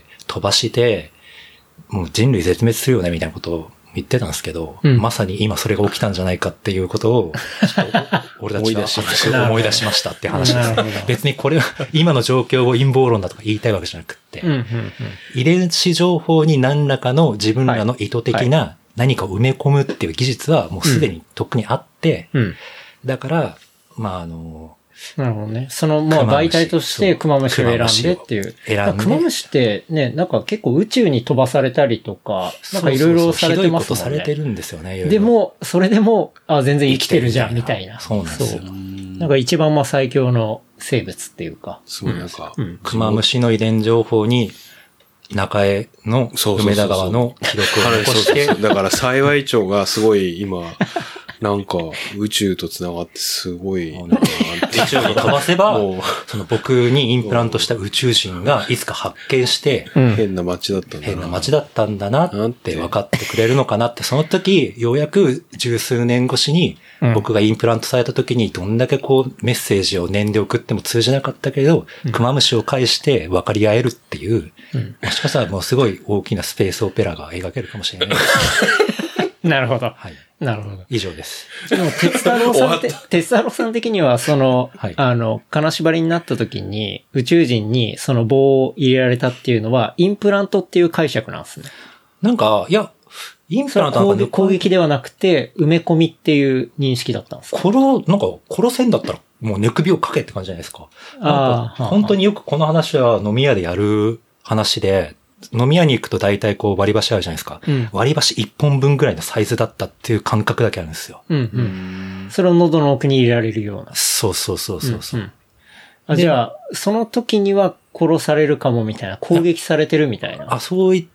飛ばして、もう人類絶滅するよねみたいなことを言ってたんですけど、まさに今それが起きたんじゃないかっていうことを、俺たちは思い出しましたって話です。別にこれは今の状況を陰謀論だとか言いたいわけじゃなくって、遺伝子情報に何らかの自分らの意図的な何かを埋め込むっていう技術はもうすでにとっくにあって、だから、まあなるほどね。まあ、媒体としてクマムシを選んでっていう。クマムシってね、なんか結構宇宙に飛ばされたりとか、なんかいろいろされてますもんね。ひどいことされてるんですよね。 でも、それでも、全然生きてるじゃん、みたいな。 そうなんですよ。 なんか一番まあ最強の生物っていうか。 そうなんか。 クマムシの遺伝情報に、中江の梅田川の記録を残して。 だから幸い町がすごい今、なんか宇宙と繋がってすごい。宇宙に飛ばせば、僕にインプラントした宇宙人がいつか発見して、 変な街だったんだな。 変な街だったんだなって分かってくれるのかなって、その時、ようやく十数年越しに、僕がインプラントされた時にどんだけこうメッセージを念で送っても通じなかったけど、クマムシを介して分かり合えるっていう、もしかしたらもうすごい大きなスペースオペラが描けるかもしれない。 なるほど。 はい。 なるほど。 以上です。 でも、鉄太郎さん的には、金縛りになった時に、宇宙人にその棒を入れられたっていうのは、インプラントっていう解釈なんですね。 なんか、いや、インプラントは攻撃ではなくて、埋め込みっていう認識だったんですか？ なんか、殺せんだったら、もう寝首をかけって感じじゃないですか。本当によくこの話は飲み屋でやる話で、飲み屋に行くと大体こう割り箸あるじゃないですか。割り箸1本分ぐらいのサイズだったっていう感覚だけあるんですよ。 それを喉の奥に入れられるような。 そう。 じゃあ、その時には殺されるかもみたいな、攻撃されてるみたいな。 そういった、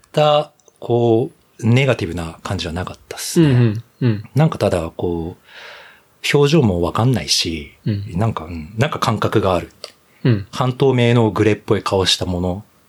こう、ネガティブな感じはなかったっすね。なんかただ、こう、表情もわかんないし、なんか感覚がある。半透明のグレーっぽい顔したもの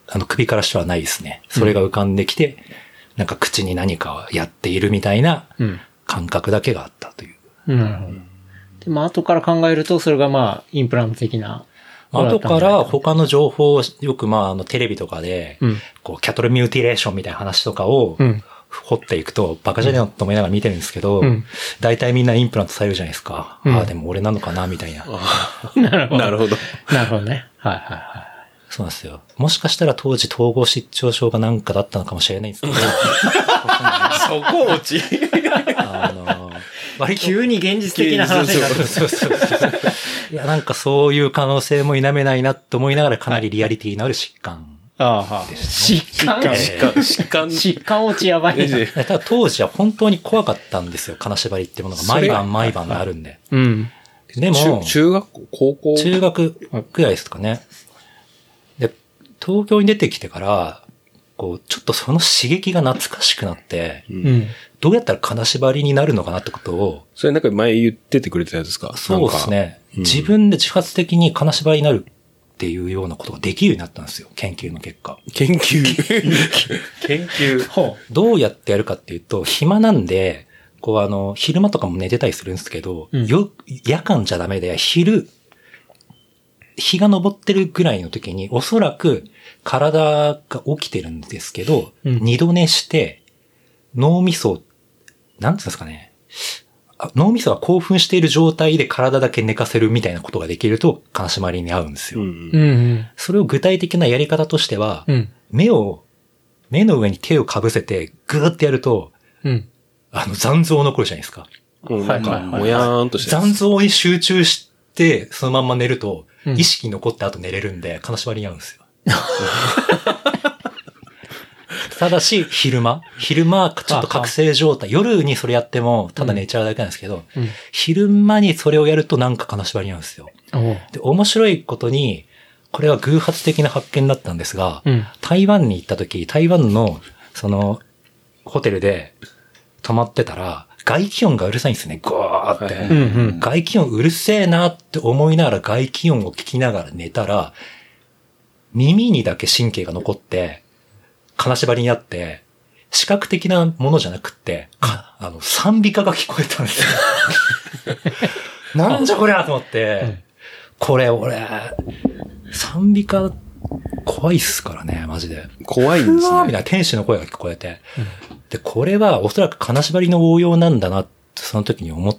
首からしてはないですね。それが浮かんできて、なんか口に何かをやっているみたいな感覚だけがあったという。 なるほど。でも後から考えると、それがまあ、インプラント的な。 後から他の情報をよくまあ、テレビとかで、こう、キャトルミューティレーションみたいな話とかを、掘っていくと、バカじゃねえのと思いながら見てるんですけど、大体みんなインプラントされるじゃないですか。ああ、でも俺なのかなみたいな。 なるほど。 なるほど。 なるほどね。はいはいはい。 そうなんですよ。もしかしたら当時統合失調症がなんかだったのかもしれないんですけど。 そこ落ち。 割と急に現実的な話になってる。 そう。いや、なんかそういう可能性も否めないなと思いながらかなりリアリティのある疾患。 疾患落ちやばいね。 ただ当時は本当に怖かったんですよ。金縛りってものが毎晩あるんで。でも、 中学校高校中学くらいですかね。で、東京に出てきてから、こう、ちょっとその刺激が懐かしくなって、どうやったら金縛りになるのかなってことを。 それなんか前言っててくれたやつですか？ そうですね。自分で自発的に金縛りになるっていうようなことができるようになったんですよ。研究の結果。 研究どうやってやるかっていうと、暇なんで、こう昼間とかも寝てたりするんですけど、夜間じゃダメで、日が昇ってるぐらいの時に、おそらく体が起きてるんですけど、二度寝して、脳みそ、なんていうんですかね。脳みそが興奮している状態で体だけ寝かせるみたいなことができると、金縛りに合うんですよ。それを具体的なやり方としては、目の上に手をかぶせて、ぐーってやると、残像残るじゃないですか。 なんか、もやーんとして。 残像に集中して、そのまんま寝ると、意識残って後寝れるんで、金縛りに合うんですよ。ただし、昼間、ちょっと覚醒状態、夜にそれやっても、ただ寝ちゃうだけなんですけど、昼間にそれをやるとなんか金縛りに合うんですよ。で、面白いことに、これは偶発的な発見だったんですが、台湾に行った時、台湾の、ホテルで泊まってたら、外気温がうるさいんですね、ゴーって。外気温うるせえなって思いながら外気温を聞きながら寝たら、耳にだけ神経が残って、金縛りにあって、視覚的なものじゃなくって、賛美歌が聞こえたんですよ。なんじゃこりゃと思って、これ俺、賛美歌怖いっすからね、マジで。 怖いんですね。 みたいな天使の声が聞こえて。で、これはおそらく金縛りの応用なんだなってその時に思って、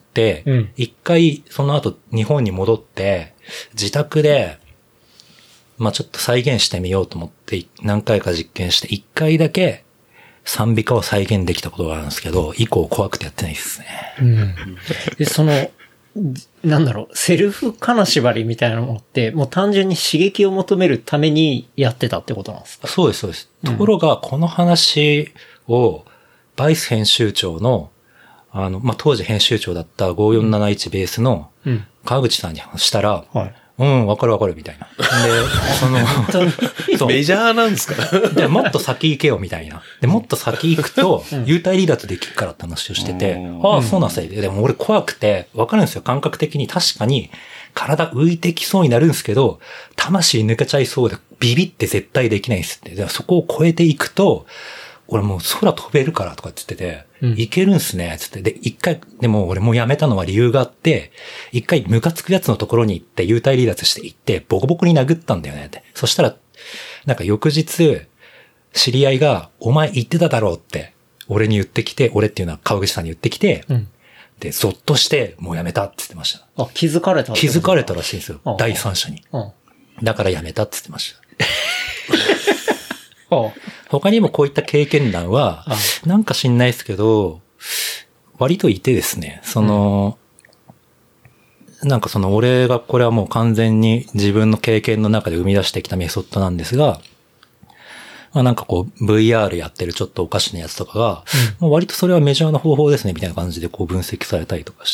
一回その後日本に戻って、自宅で、まあちょっと再現してみようと思って何回か実験して一回だけ賛美歌を再現できたことがあるんですけど、以降怖くてやってないですね。 で、なんだろう、セルフ金縛りみたいなのって、もう単純に刺激を求めるためにやってたってことなんですか？ そうです、そうです。ところが、この話を、バイス編集長の、まあ、当時編集長だった5471ベースの、川口さんに話したら、わかるわかるみたいな。 で、メジャーなんですか？ で、もっと先行けよみたいな。で、もっと先行くと、幽体離脱できるからって話をしてて、ああ、そうなんですよ。でも俺怖くて、わかるんですよ。感覚的に確かに、体浮いてきそうになるんですけど、魂抜けちゃいそうで、ビビって絶対できないんですって。でそこを超えていくと、俺もう空飛べるからとかって言ってて、いけるんすね、つって。で、一回、でも俺もうやめたのは理由があって、一回ムカつくやつのところに行って、幽体離脱して行って、ボコボコに殴ったんだよねって。そしたら、なんか翌日、知り合いが、お前言ってただろうって、俺に言ってきて、俺っていうのは川口さんに言ってきて、で、ゾッとして、もうやめたって言ってました。 あ、気づかれた気づかれたらしいんですよ。第三者に。だからやめたって言ってました。他にもこういった経験談は、なんか知んないですけど、割といてですね、なんか俺がこれはもう完全に自分の経験の中で生み出してきたメソッドなんですが、まあなんかこう VR やってるちょっとおかしなやつとかが、もう割とそれはメジャーな方法ですねみたいな感じでこう分析されたりとかして、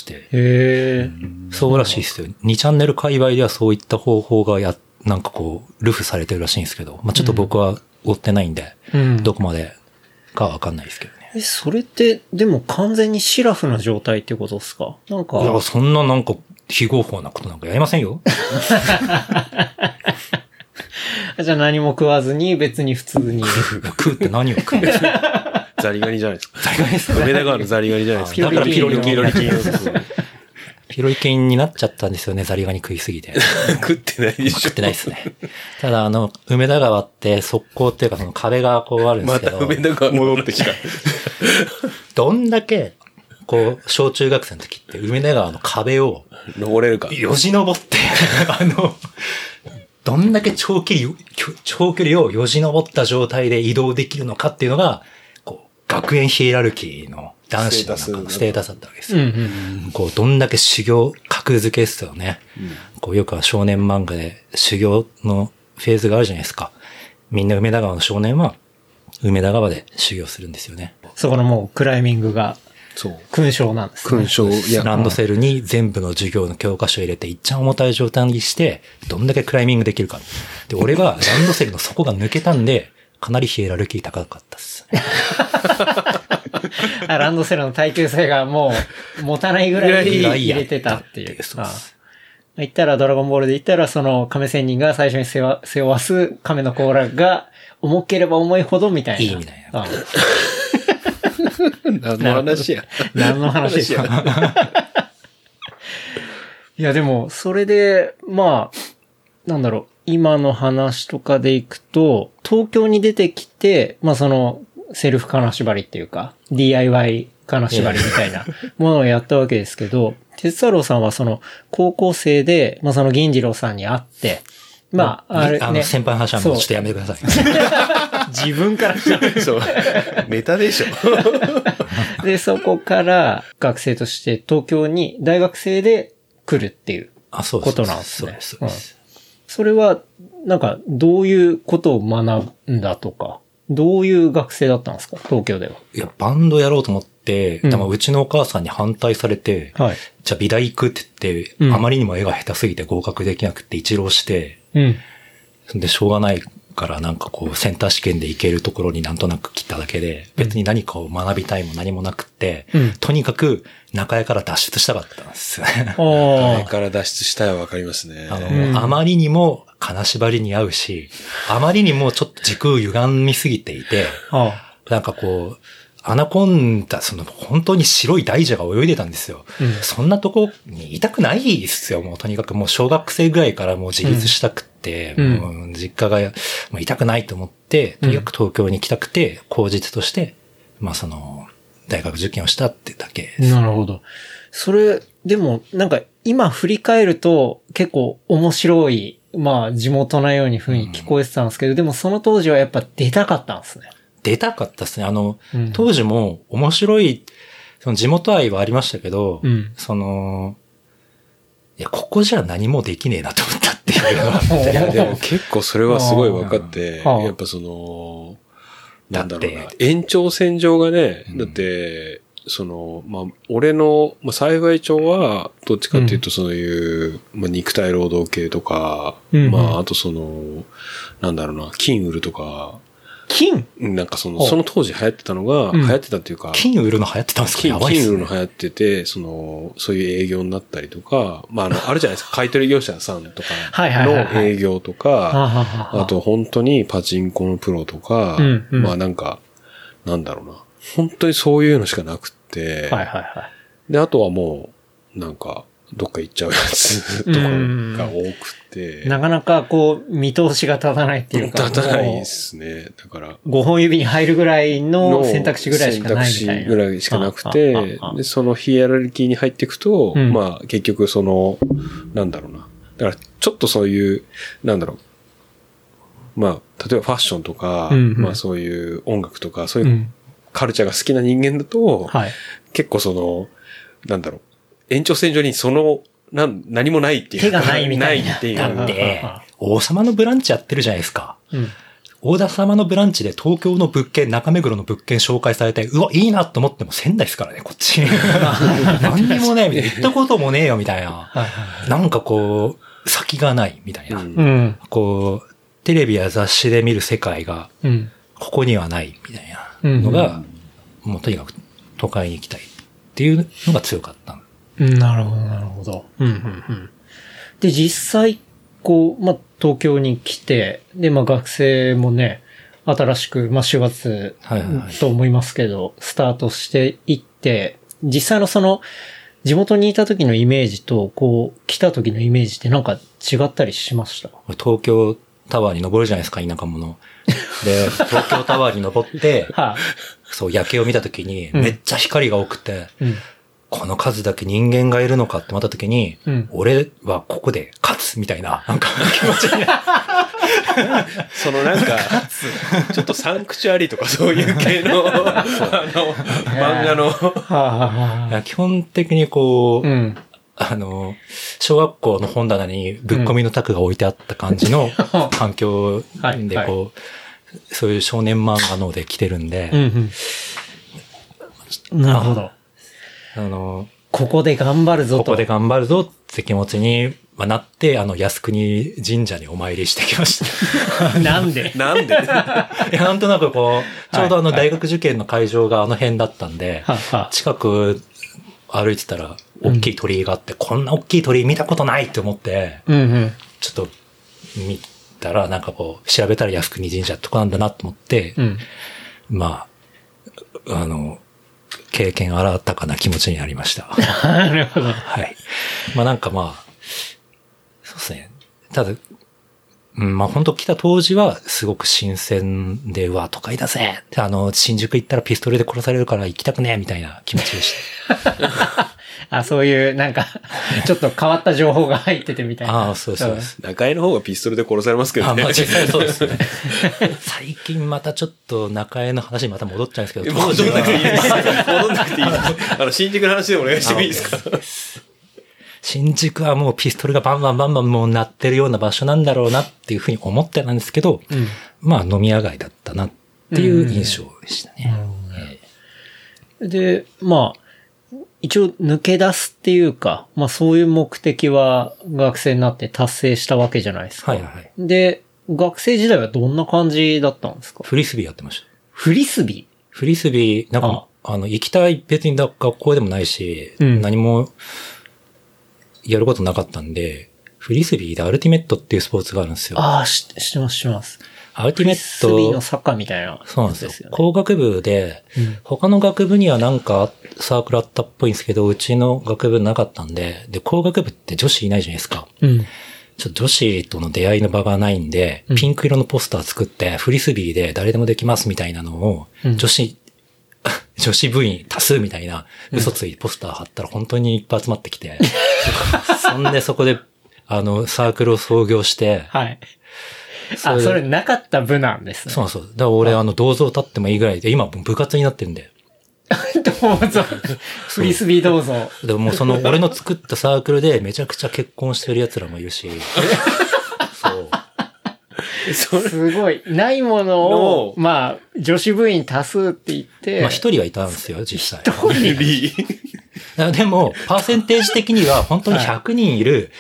そうらしいですよ。2チャンネル界隈ではそういった方法がなんかこう、流布されてるらしいんですけど、まあちょっと僕は追ってないんで、どこまでかわかんないですけどね。 それって、でも完全にシラフな状態ってことですか？なんか。 いや、そんななんか非合法なことなんかやりませんよ。 じじゃあ何も食わずに別に普通に。 食うって何を食うんですか？ ザリガニじゃないですか。 ザリガニですか？ 梅田川のザリガニじゃないですか。 だからピロリ菌。 ピピロリ菌になっちゃったんですよね、ザリガニ食いすぎて。 食ってないでしょ。 食ってないですね。ただ梅田川って側溝っていうかその壁がこうあるんですけど。 また梅田川戻ってきた。 どんだけ、小中学生の時って梅田川の壁を、 登れるか。 よじ登って、どんだけ長距離をよじ登った状態で移動できるのかっていうのが、学園ヒエラルキーの男子の中のステータスだったわけですよ。どんだけ修行、格付けですよね。よくは少年漫画で修行のフェーズがあるじゃないですか。みんな梅田川の少年は、梅田川で修行するんですよね。 そこのもうクライミングが、勲章なんですね。 勲章。 ランドセルに全部の授業の教科書を入れて、いっちゃん重たい状態にして、どんだけクライミングできるか。で、俺はランドセルの底が抜けたんで、かなりヒエラルキー高かったっす。 ランドセルの耐久性がもう持たないぐらい入れてたっていう。言ったらドラゴンボールで言ったらその亀仙人が最初に背負わす亀の甲羅が重ければ重いほどみたいな。 いいみたいな。 何の話や。 何の話ですか。いやでもそれでまあなんだろう今の話とかでいくと東京に出てきてまあそのセルフ金縛りっていうか DIY 金縛りみたいなものをやったわけですけど、鉄太郎さんはその高校生でまあその銀次郎さんに会ってまああれね先輩の話はもうちょっとやめてください。 自分からそうネタでしょ。 でそこから学生として東京に大学生で来るっていうことなんですね。それはなんかどういうことを学んだとか。どういう学生だったんですか東京では。 いや、バンドやろうと思って、うちのお母さんに反対されて、じゃあ美大行くって言って、あまりにも絵が下手すぎて合格できなくて一浪して、で、しょうがないからなんかセンター試験で行けるところになんとなく来ただけで、別に何かを学びたいも何もなくって、とにかく中江から脱出したかったんですよね。 中江から脱出したいはわかりますね。 あまりにも金縛りに合うし、あまりにもちょっと時空歪みすぎていて、なんかアナコンダ、本当に白い大蛇が泳いでたんですよ。そんなとこにいたくないですよ。もうとにかくもう小学生ぐらいからもう自立したくって、もう実家がもういたくないと思って、とにかく東京に来たくて、口実として、まあ大学受験をしたってだけです。 なるほど。それ、でもなんか今振り返ると結構面白い、まあ地元なように風に聞こえてたんですけど、でもその当時はやっぱ出たかったんですね。 出たかったですね。当時も面白い、地元愛はありましたけど、いや、ここじゃ何もできねえなと思ったっていうのは。 いや、でも結構それはすごい分かって、やっぱなんだろうな、延長線上がね、だって、まあ、俺の、まあ、幸い町は、どっちかっていうとそういう、まあ、肉体労働系とか、まあ、あとなんだろうな、金売るとか、 金なんかその当時流行ってたのが、流行ってたっていうか。 金売るの流行ってたんですか？ 金売るの流行ってて、そういう営業になったりとか、まああるじゃないですか、買取業者さんとかの営業とか、あと本当にパチンコのプロとか、まあなんか、なんだろうな。本当にそういうのしかなくって、で、あとはもう、なんか、どっか行っちゃうやつとかが多くて。 なかなか見通しが立たないっていうか。 立たないですね。だから。 5本指に入るぐらいの選択肢ぐらいしかないみたいな。 選択肢ぐらいしかなくて、で、そのヒエラルキーに入っていくと、まあ結局なんだろうな。だからちょっとそういう、なんだろう。まあ、例えばファッションとか、まあそういう音楽とか、そういうカルチャーが好きな人間だと、結構なんだろう。延長線上に何もないっていう。 手がないみたいな。 ないっていう。 だって、王様のブランチやってるじゃないですか。王様のブランチで東京の物件、中目黒の物件紹介されて、うわ、いいなと思っても仙台ですからね、こっち。何にもねえ、みたいな。行ったこともねえよ、みたいな。なんか先がない、みたいな。テレビや雑誌で見る世界が、ここにはない、みたいなのが、もうとにかく都会に行きたいっていうのが強かった。 なるほど、なるほど。で、実際、 東京に来て、で、学生もね、新しく、4月と思いますけど、スタートしていって、実際の地元にいた時のイメージと、来た時のイメージってなんか違ったりしました？ 東京タワーに登るじゃないですか、田舎者。で、東京タワーに登って、そう、夜景を見た時に、めっちゃ光が多くて、この数だけ人間がいるのかって思った時に、俺はここで勝つみたいな、なんか気持ちにそのなんか、ちょっとサンクチュアリとかそういう系の、漫画の。 基本的に小学校の本棚にぶっ込みの卓が置いてあった感じの環境でそういう少年漫画ので来てるんで。 なるほど。ここで頑張るぞと。 ここで頑張るぞって気持ちになって、靖国神社にお参りしてきました。 なんでなんでなんとなくちょうど大学受験の会場が辺だったんで、近く歩いてたら、大きい鳥居があって、こんな大きい鳥居見たことないって思って、ちょっと見たら、なんか調べたら靖国神社ってとこなんだなと思って、経験新たかな気持ちになりました。 なるほど。 はい。そうですね。ただ、本当来た当時はすごく新鮮で、うわ、都会だぜ新宿行ったらピストルで殺されるから行きたくねえみたいな気持ちでした。 そういうなんか、ちょっと変わった情報が入っててみたいな。 そうです。 中井の方がピストルで殺されますけどね。 実際そうですね。最近またちょっと中江の話にまた戻っちゃうんですけど。 戻んなくていいです。戻んなくていいです。新宿の話でお願いしてもいいですか？ 新宿はもうピストルがバンバンもう鳴ってるような場所なんだろうなっていうふうに思ってたんですけど、飲み屋街だったなっていう印象でしたね。 で、一応抜け出すっていうか、そういう目的は学生になって達成したわけじゃないですか。で、学生時代はどんな感じだったんですか？ フリスビーやってました。 フリスビーなんか、行きたい別に学校でもないし、何もやることなかったんで、フリスビーでアルティメットっていうスポーツがあるんですよ。 知ってます。 アルティメット。フリスビーのサッカーみたいな、 そうなんですよ。工学部で、他の学部にはなんかサークルあったっぽいんですけど、うちの学部なかったんで、工学部って女子いないじゃないですか。ちょっと女子との出会いの場がないんで、ピンク色のポスター作って、フリスビーで誰でもできますみたいなのを、女子部員多数みたいな嘘ついてポスター貼ったら本当にいっぱい集まってきて、そんでそこで、サークルを創業して、 それなかった部なんですね。 そう。だから俺、銅像立ってもいいぐらいで、今部活になってるんで。 銅像。フリスビー銅像。 でも俺の作ったサークルでめちゃくちゃ結婚してる奴らもいるし。 すごい。ないものを、女子部員多数って言って。 一人はいたんですよ、実際。 一人でも、パーセンテージ的には本当に100人いる、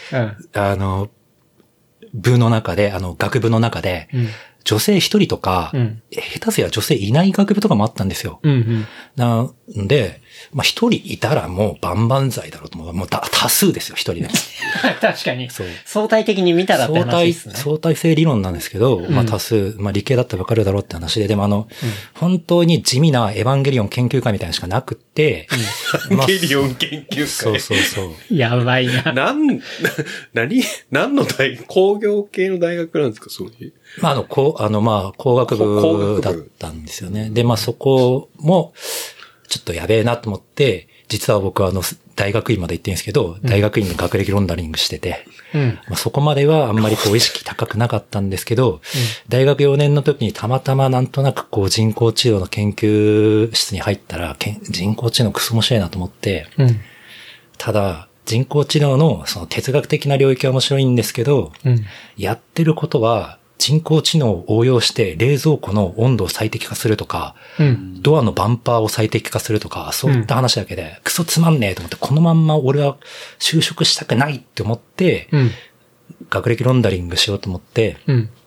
部の中で、学部の中で、女性一人とか、下手すりゃ女性いない学部とかもあったんですよ。なんで、一人いたらもう万々歳だろうと思う。もう多数ですよ、一人で。 確かに。相対的に見たらって話ですね。 相対性理論なんですけど、多数、理系だったらわかるだろうって話で、でも本当に地味なエヴァンゲリオン研究会みたいなのしかなくって、 エヴァンゲリオン研究会。 そう。 やばいな。 何の工業系の大学なんですか、そういう。 工学部だったんですよね。で、そこも、ちょっとやべえなと思って、実は僕は大学院まで行ってるんですけど、大学院で学歴ロンダリングしてて、そこまではあんまり意識高くなかったんですけど、大学4年の時にたまたまなんとなく人工知能の研究室に入ったら、人工知能クソ面白いなと思って、ただ、人工知能のその哲学的な領域は面白いんですけど、やってることは、人工知能を応用して冷蔵庫の温度を最適化するとか、ドアのバンパーを最適化するとか、そういった話だけで、クソつまんねえと思って、このまんま俺は就職したくないって思って、学歴ロンダリングしようと思って、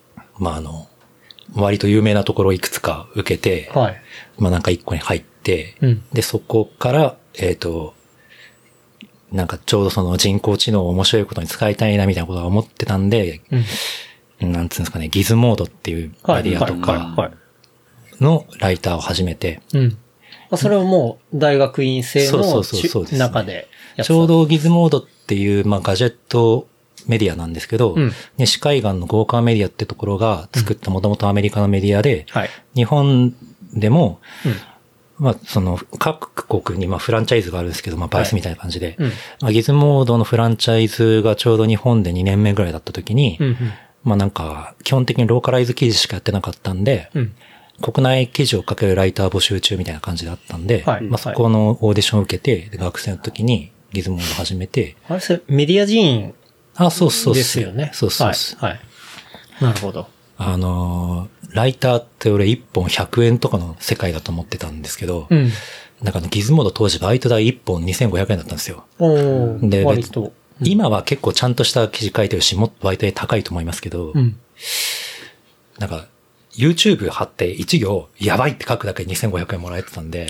割と有名なところをいくつか受けて、なんか一個に入って、で、そこから、 なんかちょうどその人工知能を面白いことに使いたいなみたいなことは思ってたんで、なんつうんですかね、ギズモードっていうメディアとかのライターを始めて。 それはもう大学院生の中でやってた。 ちょうどギズモードっていう、まあガジェットメディアなんですけど、西海岸の豪華メディアってところが作ったもともとアメリカのメディアで、日本でも、まあ、その、各国に、まあ、フランチャイズがあるんですけど、まあ、バイスみたいな感じで、まあ、ギズモードのフランチャイズがちょうど日本で2年目ぐらいだった時に、まあ、なんか、基本的にローカライズ記事しかやってなかったんで、国内記事を書けるライター募集中みたいな感じだったんで、まあ、そこのオーディションを受けて、学生の時にギズモードを始めて、 あれ、それメディア人員ですよね。 そう。 なるほど。 ライターって俺1本100円とかの世界だと思ってたんですけど、なんかギズモード当時バイト代1本2500円だったんですよ。で、割と今は結構ちゃんとした記事書いてるし、もっとバイト代高いと思いますけど、なんか YouTube 貼って1行やばいって書くだけで2500円もらえてたんで、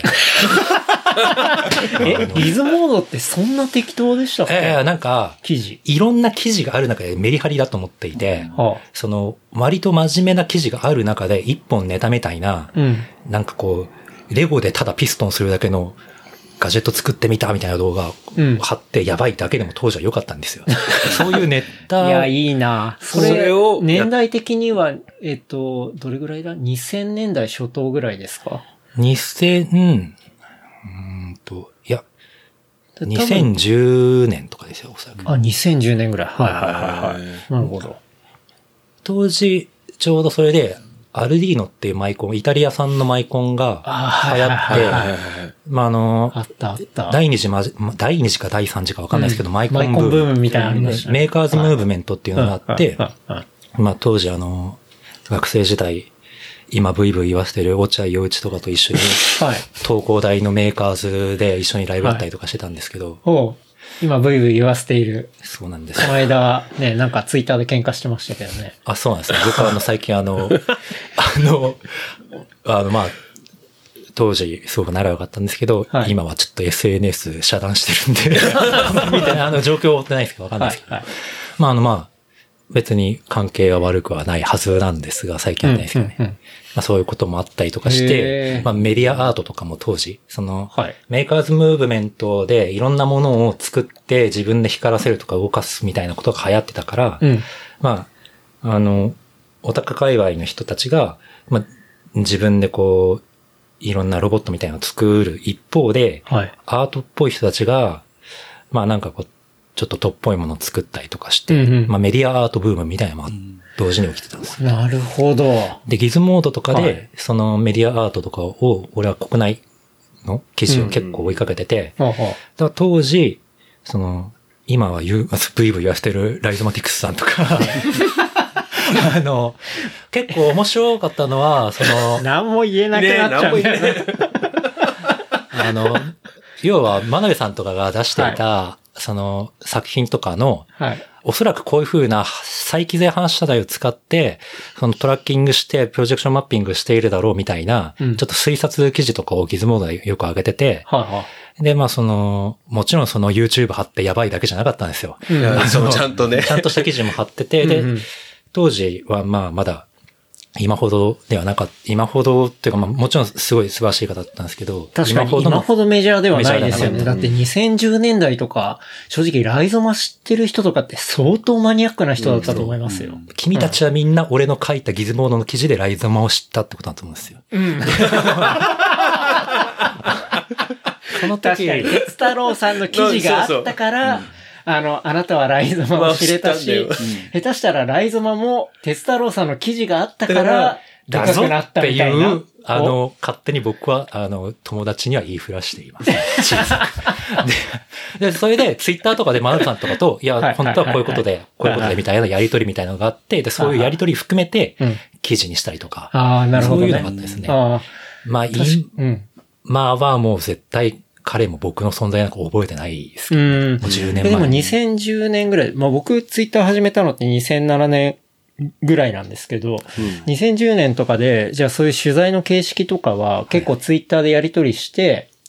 ギズモードってそんな適当でしたっけ？ なんか、いろんな記事がある中でメリハリだと思っていて、その、割と真面目な記事がある中で一本ネタみたいな、なんかこう、レゴでただピストンするだけのガジェット作ってみたみたいな動画を貼ってやばいだけでも当時は良かったんですよ。そういうネタ。 いや、いいな。それを、年代的には、どれぐらいだ ?2000 年代初頭ぐらいですか？ いや、2010年とかですよ、おそらく。 2010年ぐらい。はい。なるほど。 当時、ちょうどそれで、アルディーノっていうマイコン、イタリア産のマイコンが流行って、まああった。 第2次か第3次かわかんないですけど、マイコンブームみたいなのありましたね。 メーカーズムーブメントっていうのがあって、まあ当時学生時代、今ブイブイ言わせてる落合陽一とかと一緒に、東工大のメーカーズで一緒にライブやったりとかしてたんですけど、 今ブイブイ言わせている。 そうなんです。 この間ね、なんかツイッターで喧嘩してましたけどね。 そうなんですね。僕は最近まあ、当時すごく仲良かったんですけど、今はちょっと SNS 遮断してるんで、みたいな状況を追ってないですけどわかんないですけど。まあ、別に関係は悪くはないはずなんですが、最近はないですけどね。まあそういうこともあったりとかして、まあメディアアートとかも当時、メーカーズムーブメントでいろんなものを作って自分で光らせるとか動かすみたいなことが流行ってたから、まあ、オタク界隈の人たちが、まあ自分でこう、いろんなロボットみたいなのを作る一方で、アートっぽい人たちが、まあなんかこう、ちょっとトップっぽいものを作ったりとかして、まあメディアアートブームみたいなのも同時に起きてたんです。 なるほど。 で、ギズモードとかで、そのメディアアートとかを、俺は国内の記事を結構追いかけてて、だから当時、今はブイブイ言わせてるライゾマティクスさんとか、結構面白かったのは、 何も言えなくなっちゃう、 要は、真鍋さんとかが出していた、作品とかの、おそらくこういう風な再帰税反射台を使って、トラッキングして、プロジェクションマッピングしているだろうみたいな、ちょっと推察記事とかをギズモードでよく上げてて、で、まあもちろんYouTube 貼ってやばいだけじゃなかったんですよ。 ちゃんとね。 ちゃんとした記事も貼ってて、で、当時はまあまだ、今ほどではなかった、今ほどっていうかまあもちろんすごい素晴らしい方だったんですけど、 確かに今ほどメジャーではないですよね。だって2010年代とか、正直ライゾマ知ってる人とかって相当マニアックな人だったと思いますよ。 君たちはみんな俺の書いたギズモードの記事でライゾマを知ったってことだと思うんですよ。 その時、鉄太郎さんの記事があったから、あなたはライゾマを知れたし、下手したらライゾマも鉄太郎さんの記事があったから、でかくなったみたいな。 勝手に僕は、友達には言いふらしています。で、それで、ツイッターとかでマルさんとかと、いや、本当はこういうことで、こういうことでみたいなやりとりみたいなのがあって、で、そういうやりとり含めて、記事にしたりとか。 なるほどね。 そういうのがあったですね。まあはもう絶対、彼も僕の存在なんか覚えてないですけど、もう10年前。 でも2010年ぐらい、まあ僕ツイッター始めたのって2007年ぐらいなんですけど、2010年とかで、じゃあそういう取材の形式とかは結構ツイッターでやり取りして、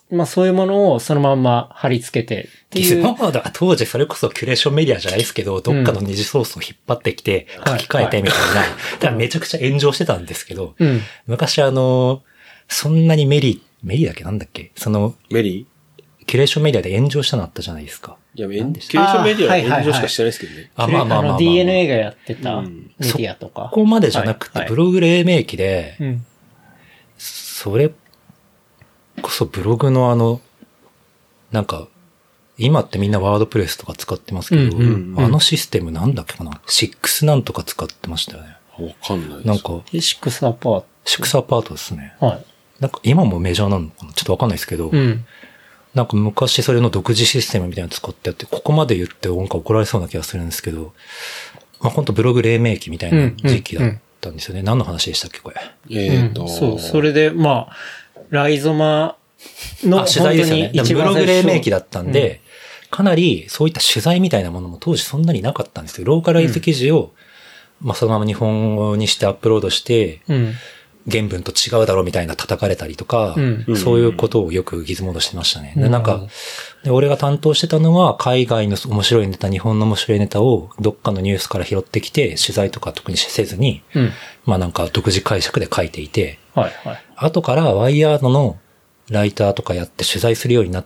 まあそういうものをそのまんま貼り付けてっていう。 ギズモードは当時それこそキュレーションメディアじゃないですけど、どっかの二次ソースを引っ張ってきて書き換えてみたいな。だからめちゃくちゃ炎上してたんですけど、昔そんなにメリだっけなんだっけメリキュレーションメディアで炎上したのあったじゃないですか。 いや、キュレーションメディアは炎上しかしてないですけどね。 まあ。 DNA がやってたメディアとか。 ここまでじゃなくて、ブログ黎明期で、それこそブログのなんか、今ってみんなワードプレスとか使ってますけど、あのシステムなんだっけかな ?6 なんとか使ってましたよね。 わかんないです。 なんか、 6アパート。 6アパートですね。 はい。 なんか今もメジャーなのかなちょっとわかんないですけど、なんか昔それの独自システムみたいなの使ってやって、ここまで言ってなんか怒られそうな気がするんですけど、まあ本当ブログ黎明期みたいな時期だったんですよね。何の話でしたっけこれ。 そう、それで、まあ、ライゾマの取材ですよね。ブログ黎明期だったんで、かなりそういった取材みたいなものも当時そんなになかったんですよ。ローカライズ記事を、まあそのまま日本語にしてアップロードして、原文と違うだろうみたいな叩かれたりとか、そういうことをよくギズモードしてましたね。でなんかで、俺が担当してたのは海外の面白いネタ、日本の面白いネタをどっかのニュースから拾ってきて、取材とか特にせずに、まあなんか独自解釈で書いていて、後からワイヤードのライターとかやって取材するようになって、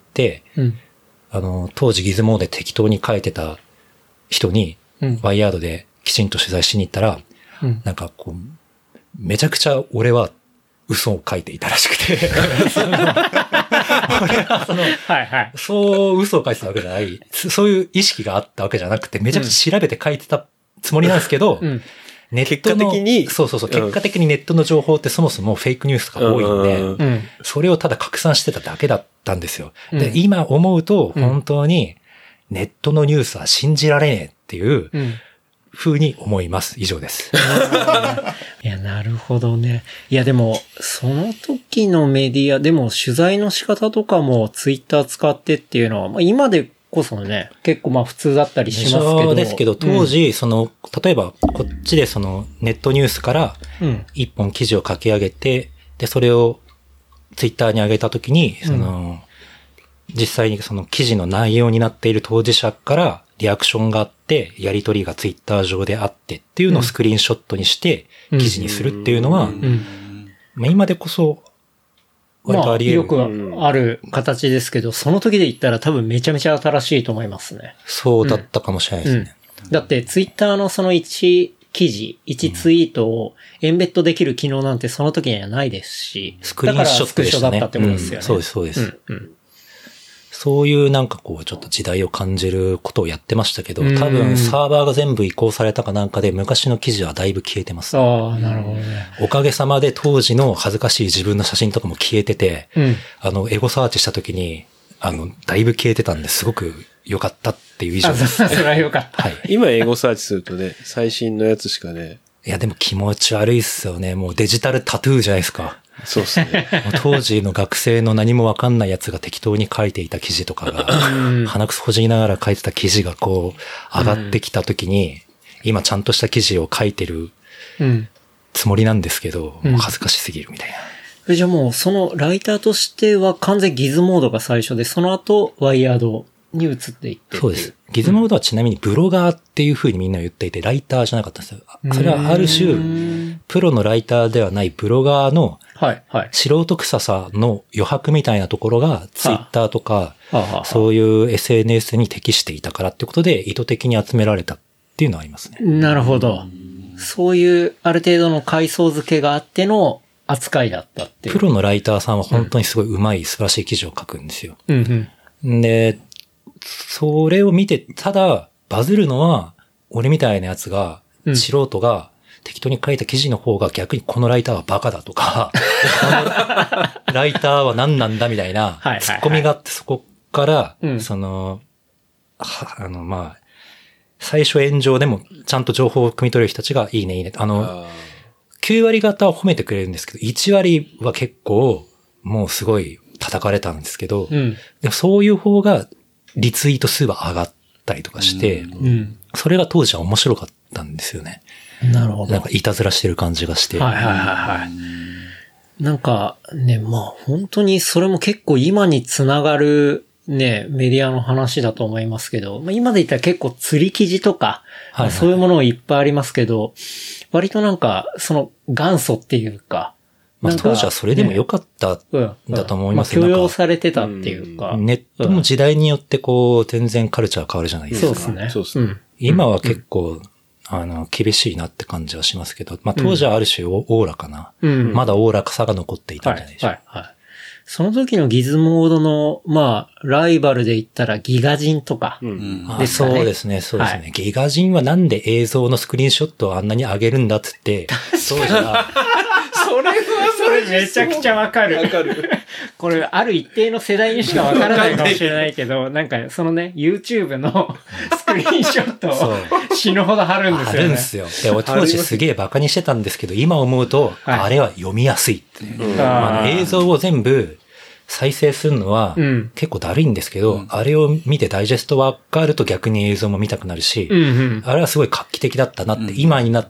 当時ギズモードで適当に書いてた人に、ワイヤードできちんと取材しに行ったら、なんかこう、めちゃくちゃ俺は嘘を書いていたらしくて俺はそう嘘を書いてたわけじゃない、そういう意識があったわけじゃなくて、めちゃくちゃ調べて書いてたつもりなんですけど、ネットの、結果的に、結果的にネットの情報ってそもそもフェイクニュースとか多いんで、それをただ拡散してただけだったんですよ。で、今思うと本当にネットのニュースは信じられねえっていう、風に思います。以上です。 いや、なるほどね。いや、でも、その時のメディア、でも取材の仕方とかもツイッター使ってっていうのは、まあ、今でこそね、結構まあ普通だったりしますけど。 そうですけど、当時、例えば、こっちでネットニュースから一本記事を書き上げて、で、それをツイッターに上げた時に、実際にその記事の内容になっている当事者からリアクションがあって、やり取りがツイッター上であってっていうのをスクリーンショットにして記事にするっていうのは、まあ今でこそ割とあり得る。 よくある形ですけど、その時で言ったら多分めちゃめちゃ新しいと思いますね。 そうだったかもしれないですね。 だってツイッターのその1記事、1ツイートをエンベッドできる機能なんてその時にはないですし、 スクリーンショットでしたね。 だからスクショだったってことですよね。 そうです、そうです。そういうなんかこうちょっと時代を感じることをやってましたけど、多分サーバーが全部移行されたかなんかで昔の記事はだいぶ消えてます。 ああ、なるほどね。 おかげさまで当時の恥ずかしい自分の写真とかも消えてて、エゴサーチした時に、だいぶ消えてたんですごく良かったっていう以上です。 それは良かった。 はい。今エゴサーチするとね、最新のやつしかね。 いやでも気持ち悪いっすよね。もうデジタルタトゥーじゃないですか。 そうですね。 当時の学生の何もわかんないやつが適当に書いていた記事とかが、鼻くそほじりながら書いてた記事がこう、上がってきた時に、今ちゃんとした記事を書いてるつもりなんですけど、もう恥ずかしすぎるみたいな。 じゃあもうそのライターとしては完全ギズモードが最初で、その後ワイヤードに移っていって。 そうです。ギズモードはちなみにブロガーっていう風にみんな言っていて、ライターじゃなかったんですよ。それはある種、プロのライターではないブロガーの素人臭さの余白みたいなところがツイッターとか、そういう SNS に適していたからってことで意図的に集められたっていうのはありますね。 なるほど。そういうある程度の階層付けがあっての扱いだったっていう。 プロのライターさんは本当にすごい上手い素晴らしい記事を書くんですよ。で、それを見て、ただバズるのは俺みたいなやつが、素人が適当に書いた記事の方が逆にこのライターはバカだとか、このライターは何なんだみたいなツッコミがあって、そこから、まあ、最初炎上でもちゃんと情報を汲み取れる人たちがいいねいいね。9割方は褒めてくれるんですけど、1割は結構もうすごい叩かれたんですけど、でもそういう方がリツイート数は上がったりとかして、それが当時は面白かったんですよね。 なるほど。 なんかいたずらしてる感じがして。 なんかね、まあ本当にそれも結構今につながるね、メディアの話だと思いますけど、まあ、今で言ったら結構釣り記事とか、はいはい、そういうものもいっぱいありますけど、割となんかその元祖っていうか、 まあ、当時はそれでも良かったんだと思いますけど、 許容されてたっていうか。 ネットも時代によってこう、全然カルチャー変わるじゃないですか。 そうですね。 そうですね。 今は結構、厳しいなって感じはしますけど、まあ当時はある種おおらかな、まだおおらかさが残っていたんじゃないでしょうか。 はいはいはい。その時のギズモードの、まあ、ライバルで言ったらギガジンとか、 そうですね、そうですね、はい。ギガジンはなんで映像のスクリーンショットをあんなに上げるんだっつって、当時は、 それめちゃくちゃわかる。これ、ある一定の世代にしかわからないかもしれないけど、なんか、そのね、YouTube のスクリーンショットを死ぬほど貼るんですよね。 貼るんですよ。で、俺当時すげえバカにしてたんですけど、今思うと、あれは読みやすいってね。映像を全部再生するのは結構だるいんですけど、あれを見てダイジェストわかると逆に映像も見たくなるし、あれはすごい画期的だったなって、今になって、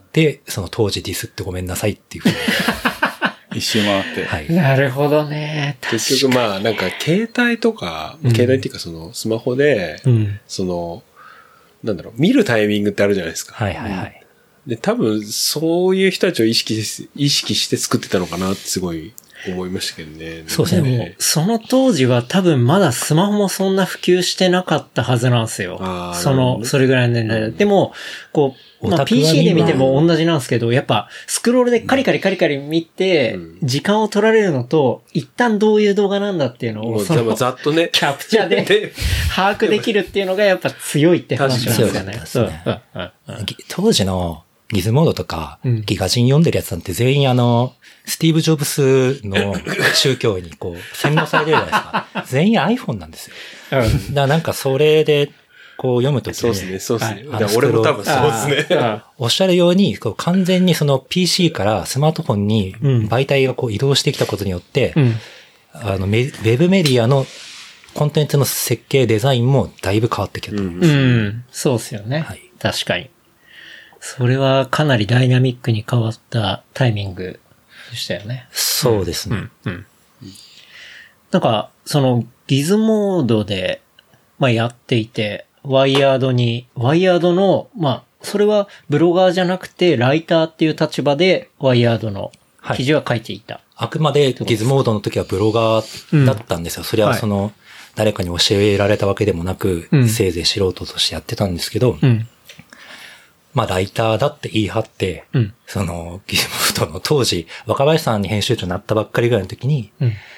その当時ディスってごめんなさいっていうふうに。 一周回って。 はい。なるほどね。 結局まあなんか携帯とか、携帯っていうかそのスマホで、その、なんだろう、見るタイミングってあるじゃないですか。 はいはいはい。 で、多分そういう人たちを意識して作ってたのかなってすごい思いましたけどね。 そうですね。でも、その当時は多分まだスマホもそんな普及してなかったはずなんですよ。それぐらいの年代で。でも、こう、まあ、PC で見ても同じなんですけど、やっぱスクロールでカリカリ見て、時間を取られるのと、一旦どういう動画なんだっていうのを、 ざっとね、 キャプチャで把握できるっていうのがやっぱ強いって話なんですよね。 当時のギズモードとか、ギガジン読んでるやつなんて全員スティーブ・ジョブスの宗教にこう、洗脳されてるじゃないですか。全員 iPhone なんですよ。だからなんかそれで、こう読むときに。 そうですね。俺も多分そうですね。 おっしゃるように、こう完全にその PC からスマートフォンに媒体がこう移動してきたことによって、ウェブメディアのコンテンツの設計、デザインもだいぶ変わってきたと思います。 そうですよね。はい。確かに。それはかなりダイナミックに変わったタイミングでしたよね。 そうですね。 なんか、そのギズモードで、まあやっていて、ワイヤードの、まあ、それはブロガーじゃなくて、ライターっていう立場で、ワイヤードの記事は書いていた。 あくまでギズモードの時はブロガーだったんですよ。それは誰かに教えられたわけでもなく、せいぜい素人としてやってたんですけど、まあ、ライターだって言い張って、その、ギズモードの当時、若林さんに編集長になったばっかりぐらいの時に、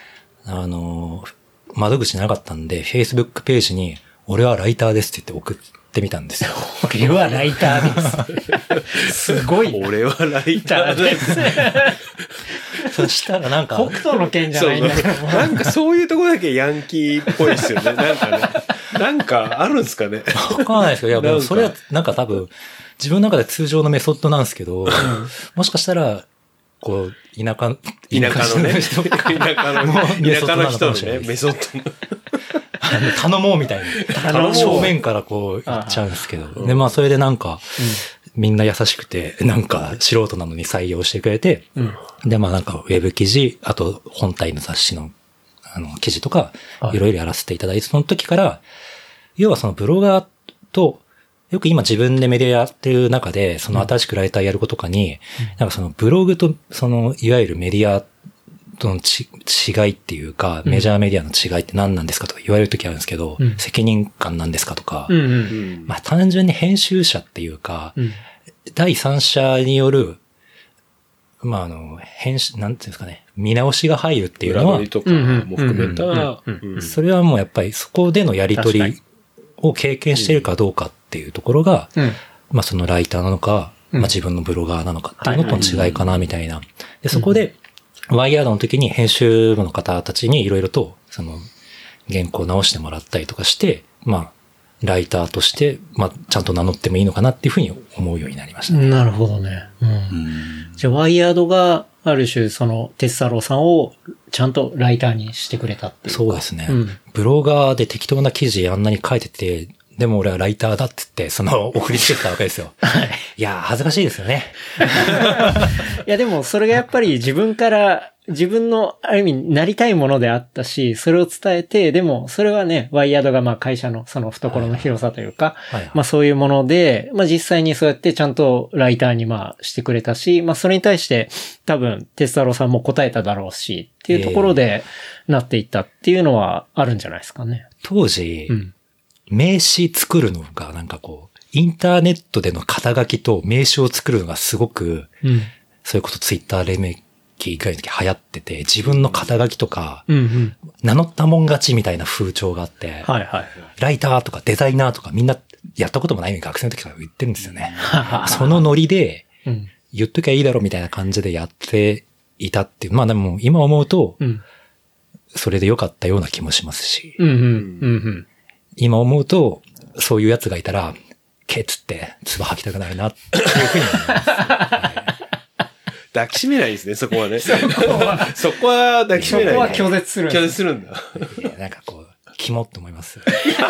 窓口なかったんで、Facebook ページに、俺はライターですって言って送ってみたんですよ。 俺はライターです。すごい。 俺はライターです。 そしたらなんか。 北斗の拳じゃないんだから。 なんかそういうとこだけヤンキーっぽいですよね。なんかね。なんかあるんですかね。 わかんないですけど、いや、もうそれはなんか多分、自分の中で通常のメソッドなんですけど、もしかしたら、こう、田舎の人のね、 メソッドの。 頼もうみたいな。正面からこう言っちゃうんですけど。で、まあそれでなんか、みんな優しくて、なんか素人なのに採用してくれて、で、まあなんかウェブ記事、あと本体の雑誌の記事とか、いろいろやらせていただいて、その時から、要はそのブロガーと、よく今自分でメディアやってる中で、その新しくライターやる子とかに、なんかそのブログと、そのいわゆるメディアとの違いっていうか、メジャーメディアの違いって何なんですかとか言われるときあるんですけど、責任感なんですかとか、まあ単純に編集者っていうか、第三者による、まあ編集、なんていうんですかね、見直しが入るっていうのは、 裏取りとかも含めた、 それはもうやっぱりそこでのやり取りを経験しているかどうかっていうところが、まあそのライターなのか、まあ自分のブロガーなのかっていうのとの違いかなみたいな。で、そこで、ワイヤードの時に編集部の方たちにいろいろと、その、原稿を直してもらったりとかして、まあ、ライターとして、まあ、ちゃんと名乗ってもいいのかなっていうふうに思うようになりましたね。 なるほどね。じゃあ、ワイヤードが、ある種、その、鉄太郎さんを、ちゃんとライターにしてくれたっていうか。 そうですね。ブロガーで適当な記事あんなに書いてて、でも俺はライターだって言って、送りつけてたわけですよ。はい。いや、恥ずかしいですよね。 いや、でもそれがやっぱり自分から自分のある意味なりたいものであったし、それを伝えて、でもそれはね、ワイヤードがまあ会社のその懐の広さというか、まあそういうもので、まあ実際にそうやってちゃんとライターにまあしてくれたし、まあそれに対して多分哲太郎さんも答えただろうし、っていうところでなっていったっていうのはあるんじゃないですかね。 当時、名刺作るのがなんかこう、インターネットでの肩書きと名刺を作るのがすごく、それこそツイッター黎明期ぐらいの時流行ってて、自分の肩書きとか、名乗ったもん勝ちみたいな風潮があって、ライターとかデザイナーとかみんなやったこともないのに学生の時から言ってるんですよね。そのノリで、言っときゃいいだろみたいな感じでやっていたっていう。まあでも今思うと、それで良かったような気もしますし、今思うと、そういうやつがいたら、ケツって唾吐きたくなるなっていうふうに思います。 抱きしめないですね、そこはね。そこは抱きしめない、ね。 そこは拒絶する。 拒絶するんだ。 なんかこう、キモって思います。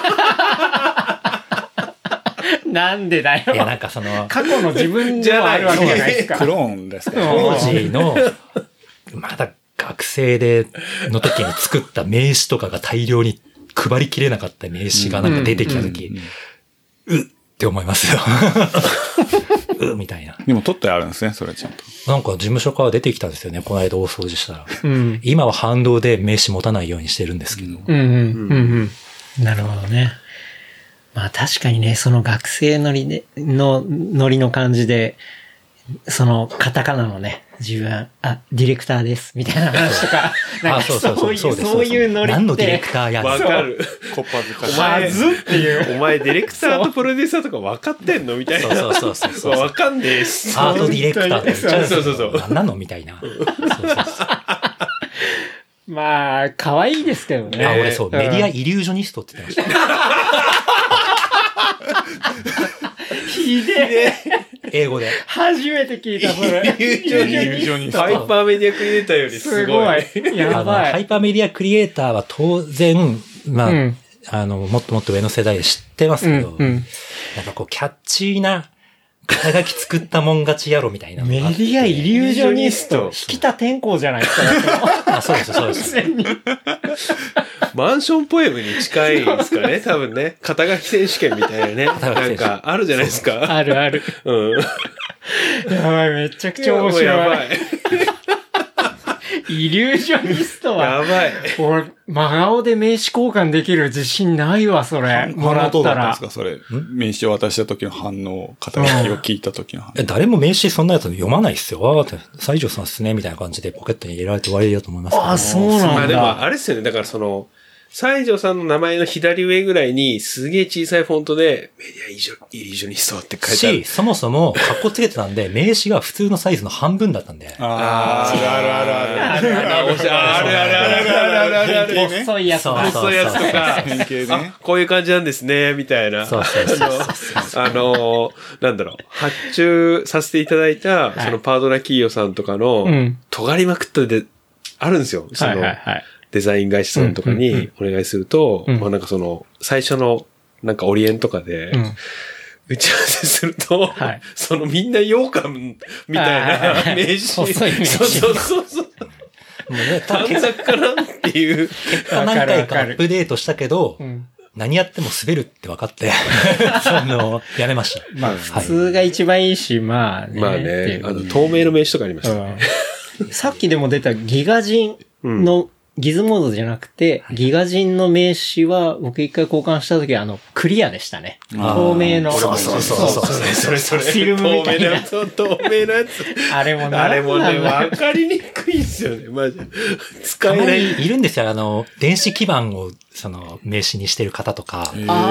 なんでだよ。 いや、なんかその、 過去の自分でもあるわけじゃないですか。 クローンですか当時の、まだ学生の時に作った名刺とかが大量に配りきれなかった名刺がなんか出てきた時、って思いますよ。みたいな。 でも取ってあるんですね、それちゃんと。 なんか事務所から出てきたんですよね、この間大掃除したら。今は反動で名刺持たないようにしてるんですけど。 なるほどね。まあ確かにね、その学生ノリの感じで、そのカタカナのね、自分、ディレクターです、みたいな話とか、なんかそういうノリって。 何のディレクターやわかる。 こっぱずかしい。 まずっていう。 お前ディレクターとプロデューサーとか分かってんのみたいな。 そう。 分かんねえし。 アートディレクターって言っちゃう。 そう。 何なのみたいな。 まあ、可愛いですけどね。 俺そう、メディアイリュージョニストって言ってました。 ひでえ。 英語で。 初めて聞いた、それ。 ハイパーメディアクリエイターよりすごい。 やばい。 ハイパーメディアクリエイターは当然、まあ、もっともっと上の世代で知ってますけど、なんかこう、キャッチーな、肩書き作ったもん勝ちやろみたいな。 メディアイリュージョニスト。引田天功じゃないですか。 そうです。 マンションポエムに近いですかね、多分ね。肩書き選手権みたいなね。なんか、あるじゃないですか。 ある。やばい、めちゃくちゃ面白い。 やばい。 イリュージョニストは。 やばい。 俺、真顔で名刺交換できる自信ないわ、それ。もらったら。 どうだったんですか、それ。名刺を渡した時の反応、肩書きを聞いた時の反応。 誰も名刺そんなやつ読まないっすよ。西条さんっすね、みたいな感じでポケットに入れられて終わりだと思いますけど。 そうなんだ。 でも、あれっすよね。だから西条さんの名前の左上ぐらいにすげえ小さいフォントでメディアイリュージョニストって書いてある。 そもそもカッコつけてたんで、名刺が普通のサイズの半分だったんで。 ある。細いやつとか。こういう感じなんですね、みたいな。 そう。 なんだろう。発注させていただいた、そのパートナー企業さんとかの、尖りまくったで、あるんですよ。デザイン会社さんとかにお願いすると、まあなんか最初のなんかオリエンとかで、打ち合わせすると、みんな羊羹みたいな名刺。そう。もうね、短冊かなっていう。 結果何回かアップデートしたけど、何やっても滑るって分かって、やめました。 まあ普通が一番いいし、まあね。 まあね、透明の名刺とかありましたね。 さっきでも出たギガ人の、ギズモードじゃなくて、ギガ人の名刺は、僕一回交換した時は、クリアでしたね。透明の。 そう。それ。 フィルムみたいな。 透明のやつ。あれもね、わかりにくいんですよね、マジで。使えない。 いるんですよ、電子基板を、名刺にしてる方とか。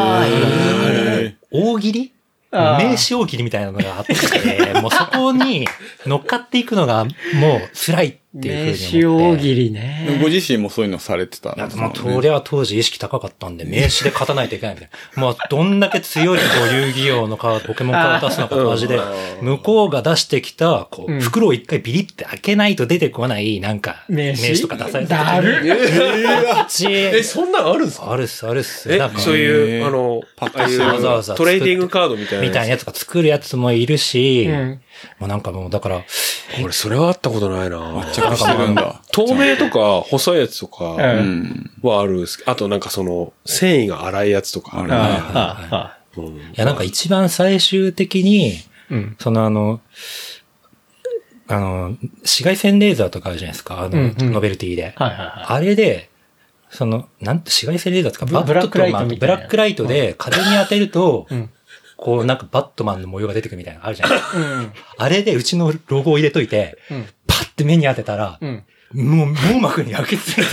大喜利名刺大喜利みたいなのがあって、もうそこに乗っかっていくのがもう辛いっていうふうに思って。 名刺大喜利ね。 ご自身もそういうのされてたんですか？ それは当時意識高かったんで、名刺で勝たないといけないみたいな。もうどんだけ強い遊戯王のカード、ポケモンカード出すのかと同じで、向こうが出してきた、袋を一回ビリって開けないと出てこない、なんか、名刺とか出されてだるそんなのあるんですか？ あるっす。 そういう、 わざわざトレーディングカードみたいな。 やつが作るやつもいるし、 もうなんかもうだから、 俺それはあったことないな。 めっちゃしてるんだ。 透明とか細いやつとかはあるんですけど、あとなんかその繊維が粗いやつとかあるね。 いやなんか一番最終的に、その紫外線レーザーとかあるじゃないですか、ノベルティで。あれで、紫外線レーザーとかブラックライトみたいな。 ブラックライトで風に当てると、こうなんかバットマンの模様が出てくるみたいなのあるじゃないですか。あれでうちのロゴを入れといて、パッて目に当てたら、もう網膜に焼けついて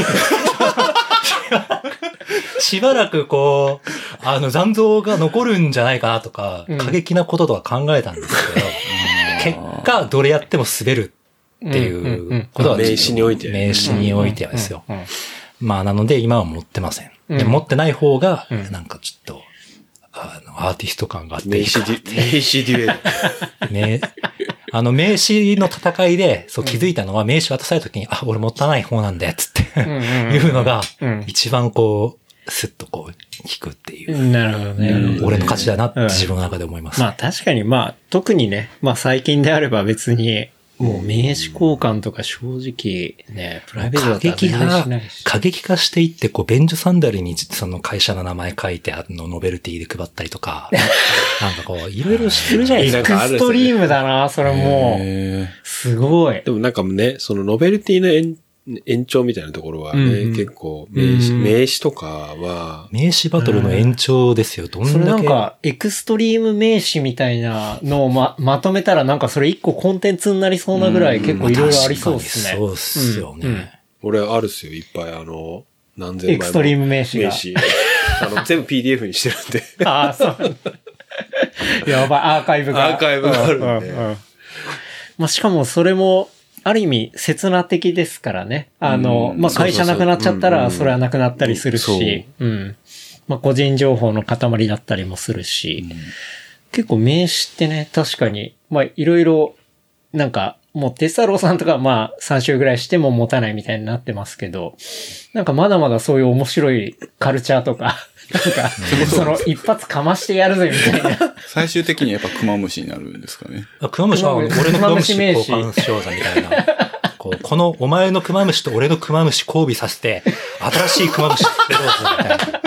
しばらくこう、残像が残るんじゃないかなとか、過激なこととか考えたんですけど、結果どれやっても滑るっていうことは、 名刺において。 名刺においてはですよ。まあなので今は持ってません。で持ってない方が、なんかちょっと、アーティスト感があっていいかなって。 名刺デュエル。名刺の戦いで、そう気づいたのは、名刺渡された時に、俺持たない方なんだよ、つっていうのが、一番こう、スッとこう、引くっていう。 なるほどね。 俺の勝ちだなって自分の中で思います。 まあ確かに特にね、最近であれば別に、もう名刺交換とか正直ね、プライベートだったら全然しないし。 過激化していって、こう、便所サンダルにその会社の名前書いて、ノベルティで配ったりとか、なんかこう、いろいろしてるじゃないですか。エクストリームだな、それもう。すごい。 でもなんかね、そのノベルティの延長みたいなところはね、結構名刺とかは。 名刺バトルの延長ですよ、どんだけ。 それなんか、エクストリーム名刺みたいなのをまとめたらなんかそれ一個コンテンツになりそうなぐらい結構いろいろありそうですね。 そうっすよね。 俺あるっすよ、いっぱい何千枚も。 エクストリーム名刺が。 全部 PDF にしてるんで。 ああ、そう。やばい、アーカイブが。 アーカイブがあるんで。 まあ、しかもそれも、ある意味、刹那的ですからね。会社なくなっちゃったら、それはなくなったりするし、個人情報の塊だったりもするし、結構名刺ってね、確かに、いろいろ、なんか、もうテサローさんとか3週ぐらいしても持たないみたいになってますけど、なんかまだまだそういう面白いカルチャーとか、なんか、その一発かましてやるぜみたいな。 最終的にやっぱクマムシになるんですかね。 クマムシは俺のクマムシ交換しようぜみたいな。このお前のクマムシと俺のクマムシ交尾させて、新しいクマムシってどうぞみたいな。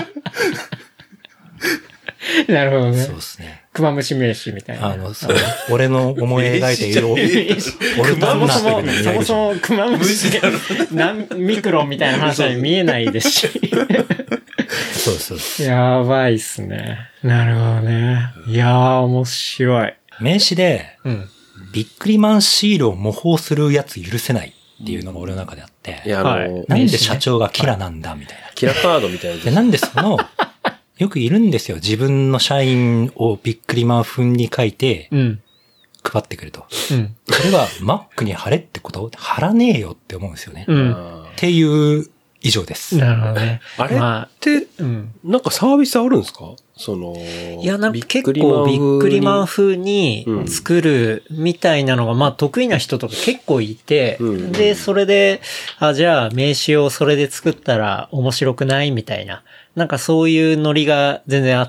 なるほどね。 そうですね。 クマムシ名刺みたいな。 俺の思い描いている俺と女そもそもクマムシで何ミクロンみたいな話に見えないですし。 そうそう。 やばいっすね。なるほどね。いやー、面白い。 名刺で、ビックリマンシールを模倣するやつ許せないっていうのが俺の中であって。なんで社長がキラなんだみたいな。 キラカードみたいな。 で、なんでよくいるんですよ。自分の社員をビックリマン風に書いて、配ってくると。それは Mac に貼れってこと貼らねえよって思うんですよね。っていう以上です。 なるほどね。 あれって、なんかサービスあるんですか？ いや、なんか結構ビックリマン風に作るみたいなのが、得意な人とか結構いて、で、それで、じゃあ名刺をそれで作ったら面白くないみたいな。なんかそういうノリが全然あって、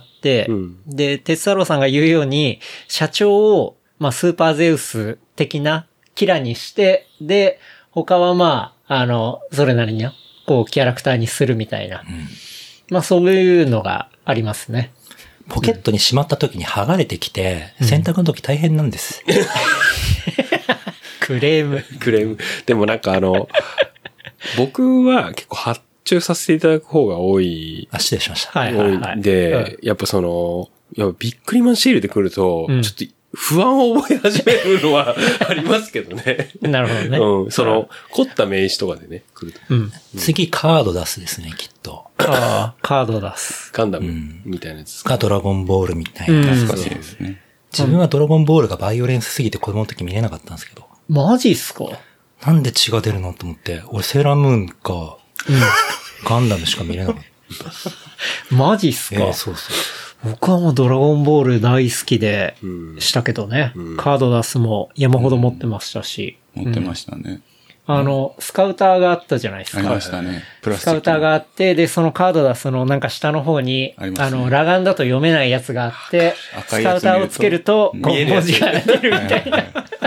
で、鉄太郎さんが言うように、社長を、スーパーゼウス的なキラにして、で、他はそれなりに、キャラクターにするみたいな。そういうのがありますね。 ポケットにしまった時に剥がれてきて、洗濯の時大変なんです。 クレーム。 でもなんか僕は結構発注させていただく方が多い。 失礼しました。 多いんで、やっぱビックリマンシールで来ると、ちょっと不安を覚え始めるのはありますけどね。 なるほどね。 凝った名刺とかでね、来ると。 次カード出すですね、きっと。 カード出す。 ガンダムみたいなやつですか。ドラゴンボールみたいな。 難しいですね。 自分はドラゴンボールがバイオレンスすぎて子供の時見れなかったんですけど。 マジっすか？ なんで血が出るのと思って、俺セーラームーンか、ガンダムしか見れなかった。 マジっすか？ そう。 僕はもうドラゴンボール大好きでしたけどね。カード出すも山ほど持ってましたし。 持ってましたね。 スカウターがあったじゃないですか。 ありましたね。 スカウターがあって、で、そのカード出すのなんか下の方に、裸眼だと読めないやつがあって、スカウターをつけると、文字が出るみたいな。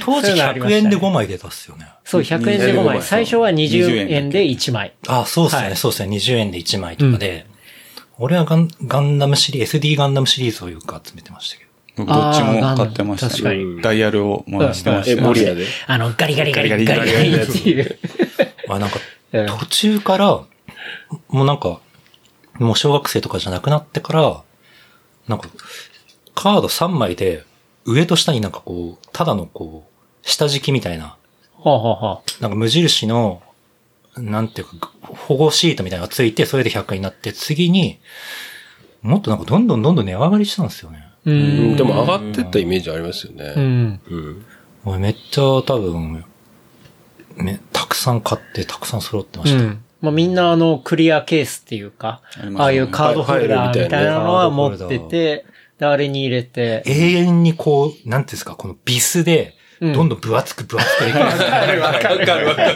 当時100円で5枚出たっすよね。 そう、100円で5枚。最初は20円で1枚。 あ、そうっすね、はい、そうっすね。20円で1枚とかで。俺はガンダムシリーズ、SD ガンダムシリーズをよく集めてましたけど。 僕どっちも買ってました。確かに。ダイヤルを回してました。 モリアで。 ガリガリガリガリガリガリっていう。 なんか、途中から、もうなんか、もう小学生とかじゃなくなってから、なんか、カード3枚で、上と下になんかこう、ただのこう、下敷きみたいな。なんか無印の、なんていうか、保護シートみたいなのがついて、それで100円になって、次に、もっとなんかどんどん値上がりしたんですよね。 でも上がってったイメージありますよね。 めっちゃ多分、たくさん買ってたくさん揃ってました。 まあ、みんなクリアケースっていうか、ああいうカードホルダーみたいなのは持ってて、で、あれに入れて。 永遠にこう、なんていうんですか、このビスで、どんどん分厚く分厚くできる。 わかる。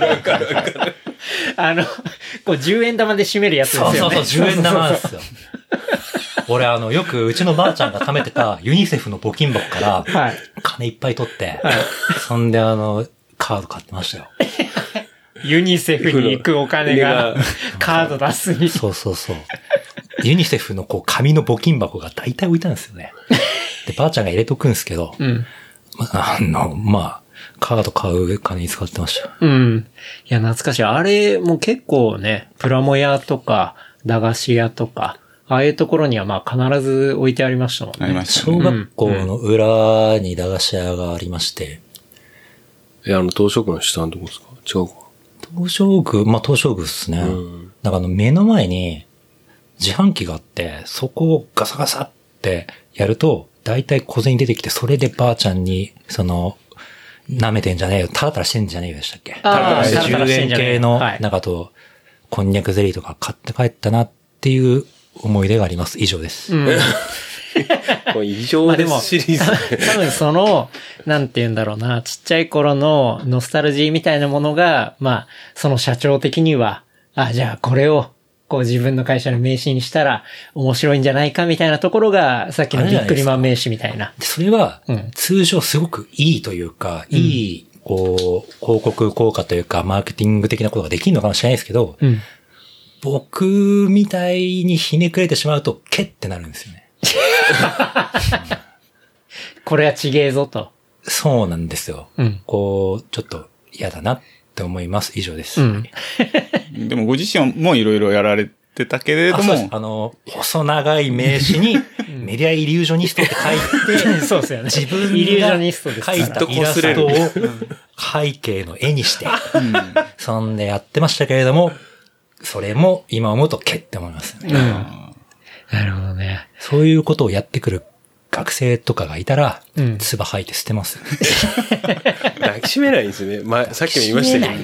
こう10円玉で締めるやつですよね。 そう10円玉なんですよ。俺よくうちのばあちゃんが貯めてたユニセフの募金箱から、金いっぱい取って、そんでカード買ってましたよ。 ユニセフに行くお金がカード出すに。 そう。ユニセフのこう紙の募金箱が大体置いたんですよね。で、ばあちゃんが入れとくんですけど、まあ、カード買う金に使ってました。 いや、懐かしい。あれも結構ね、プラモ屋とか、駄菓子屋とか、ああいうところにはまあ必ず置いてありましたもんね。 ありました。 小学校の裏に駄菓子屋がありまして。 東照宮の下のとこですか？違うか。 東照宮っすね。なんか目の前に自販機があって、そこをガサガサってやると、だいたい小銭出てきて、それでばあちゃんに、舐めてんじゃねえよ、タラタラしてんじゃねえよでしたっけ？10円系の中と、こんにゃくゼリーとか買って帰ったなっていう思い出があります。以上です。 これ異常ですシリーズ。 多分なんて言うんだろうな、ちっちゃい頃のノスタルジーみたいなものが、まあ、その社長的には、じゃあこれを、こう自分の会社の名刺にしたら面白いんじゃないかみたいなところが、さっきのビックリマン名刺みたいな。 それは、通常すごくいいというか、いい、こう、広告効果というか、マーケティング的なことができるのかもしれないですけど、僕みたいにひねくれてしまうと、ケッってなるんですよね。 これはちげえぞと。 そうなんですよ。こう、ちょっと嫌だなって思います。以上です。 でもご自身もいろいろやられてたけれども。 細長い名刺にメディアイリュージョニストって書いて、 そうですよね。 自分がイリュージョニストで書いたイラストを背景の絵にして、そんでやってましたけれども、それも今思うとケッって思いますね。 なるほどね。 そういうことをやってくる学生とかがいたら、唾吐いて捨てます。 抱きしめないんですね。さっきも言いましたけ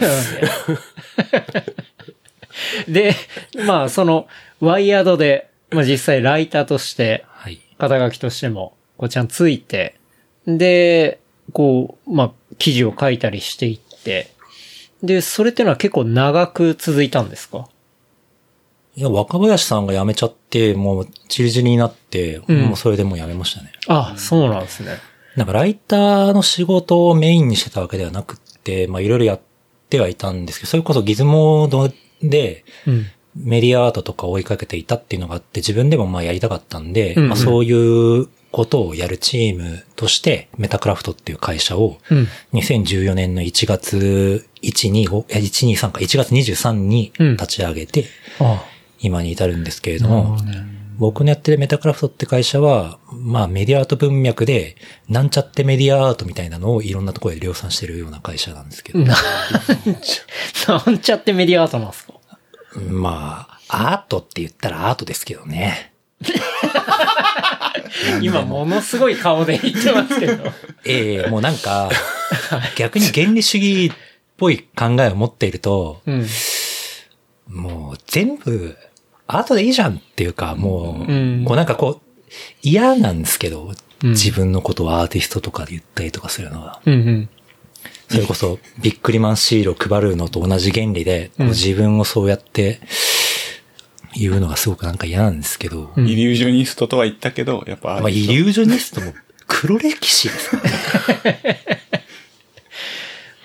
ど。で、まあワイヤードで、まあ実際ライターとして、肩書きとしても、こうちゃんついて、で、こう、まあ記事を書いたりしていって、で、それってのは結構長く続いたんですか？ いや、若林さんが辞めちゃって、もう、チリチリになって、もうそれでもう辞めましたね。 そうなんですね。 なんか、ライターの仕事をメインにしてたわけではなくって、まあ、いろいろやってはいたんですけど、それこそギズモードで、メディアアートとか追いかけていたっていうのがあって、自分でもまあやりたかったんで、まあ、そういうことをやるチームとして、メタクラフトっていう会社を、2014年の1月23に立ち上げて、今に至るんですけれども、僕のやってるメタクラフトって会社は、まあメディアアート文脈で、なんちゃってメディアアートみたいなのをいろんなところで量産してるような会社なんですけど。 なんちゃってメディアアートなんですか？ まあ、アートって言ったらアートですけどね。 今ものすごい顔で言ってますけど。 もうなんか、逆に原理主義っぽい考えを持っていると、もう全部アートでいいじゃんっていうか、もう、こうなんかこう、嫌なんですけど、自分のことをアーティストとかで言ったりとかするのは。それこそ、ビックリマンシールを配るのと同じ原理で、自分をそうやって言うのがすごくなんか嫌なんですけど。 イリュージョニストとは言ったけど、やっぱイリュージョニストも黒歴史ですね。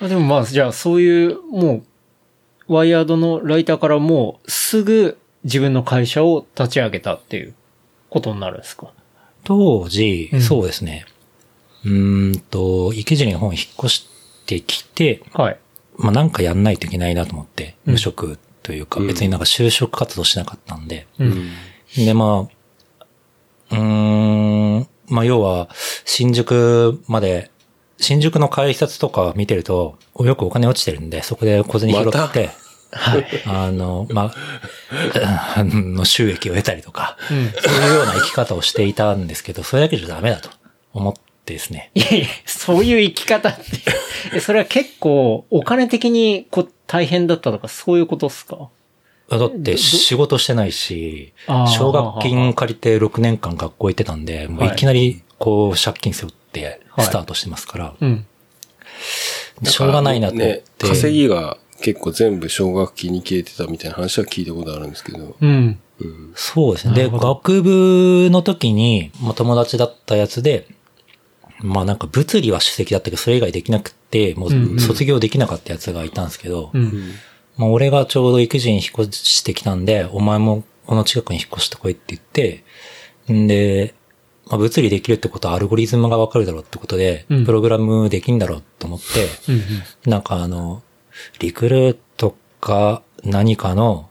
でもまあ、じゃあそういう、もう、ワイヤードのライターからもうすぐ自分の会社を立ち上げたっていうことになるんですか？ 当時、そうですね。池尻の方に引っ越してきて、 はい。 まあなんかやんないといけないなと思って、無職というか、別になんか就職活動しなかったんで、でまあ要は、新宿の改札とか見てると、よくお金落ちてるんで、そこで小銭拾って、はい。収益を得たりとか、そういうような生き方をしていたんですけど、それだけじゃダメだと思ってですね。 いやいや、そういう生き方って、それは結構お金的に大変だったとか、そういうことっすか？ だって仕事してないし、奨学金借りて6年間学校行ってたんで、もういきなり借金背負ってスタートしてますから、しょうがないなと思って。 稼ぎが結構全部奨学金に消えてたみたいな話は聞いたことあるんですけど。 そうですね。で、学部の時に、友達だったやつで、まあなんか物理は首席だったけど、それ以外できなくて、もう卒業できなかったやつがいたんですけど、まあ俺がちょうど育児に引っ越してきたんで、お前もこの近くに引っ越してこいって言って、で、まあ、物理できるってことはアルゴリズムがわかるだろうってことで、プログラムできんだろうと思って、なんかリクルートか何かの、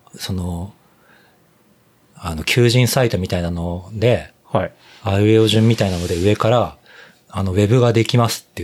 求人サイトみたいなので、 はい。 あいうえお順みたいなので上から、ウェブができますって言って、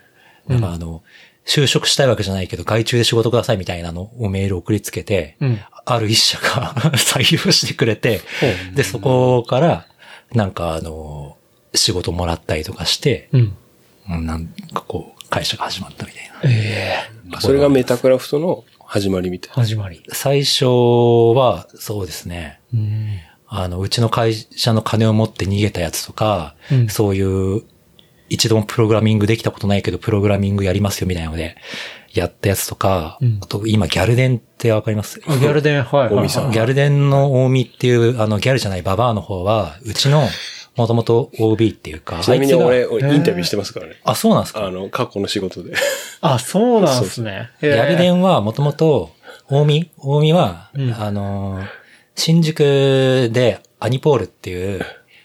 なんか就職したいわけじゃないけど、外注で仕事くださいみたいなのをメール送りつけて、ある一社が採用してくれて、で、そこから、なんか仕事もらったりとかして、なんか会社が始まったみたいな。それがメタクラフトの始まりみたいな。 始まり。 最初は、そうですね。うちの会社の金を持って逃げたやつとか、そういう、一度もプログラミングできたことないけど、プログラミングやりますよみたいなので、やったやつとか、あと今ギャルデンってわかります？ ギャルデン、はい。 ギャルデンの大見っていう、ギャルじゃないババアの方は、うちの、もともと OB っていうか。 ちなみに俺インタビューしてますからね。 あ、そうなんですか？ 過去の仕事で。 あ、そうなんですね。 ギャルデンはもともと、大見は、新宿でアニポールっていう、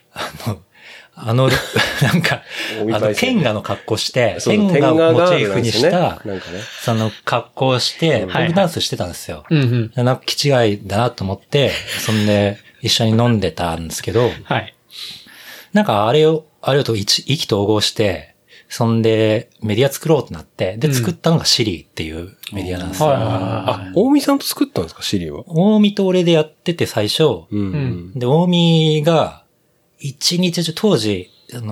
なんか、天下の格好して、天下をモチーフにした、その格好をして、僕ダンスしてたんですよ。なんか気違いだなと思って、そんで一緒に飲んでたんですけど、なんかあれと意気投合して、そんでメディア作ろうとなって、で作ったのがシリっていうメディアなんですよ。 大見さんと作ったんですか、シリは？ 大見と俺でやってて最初、で、大見が、一日中、当時、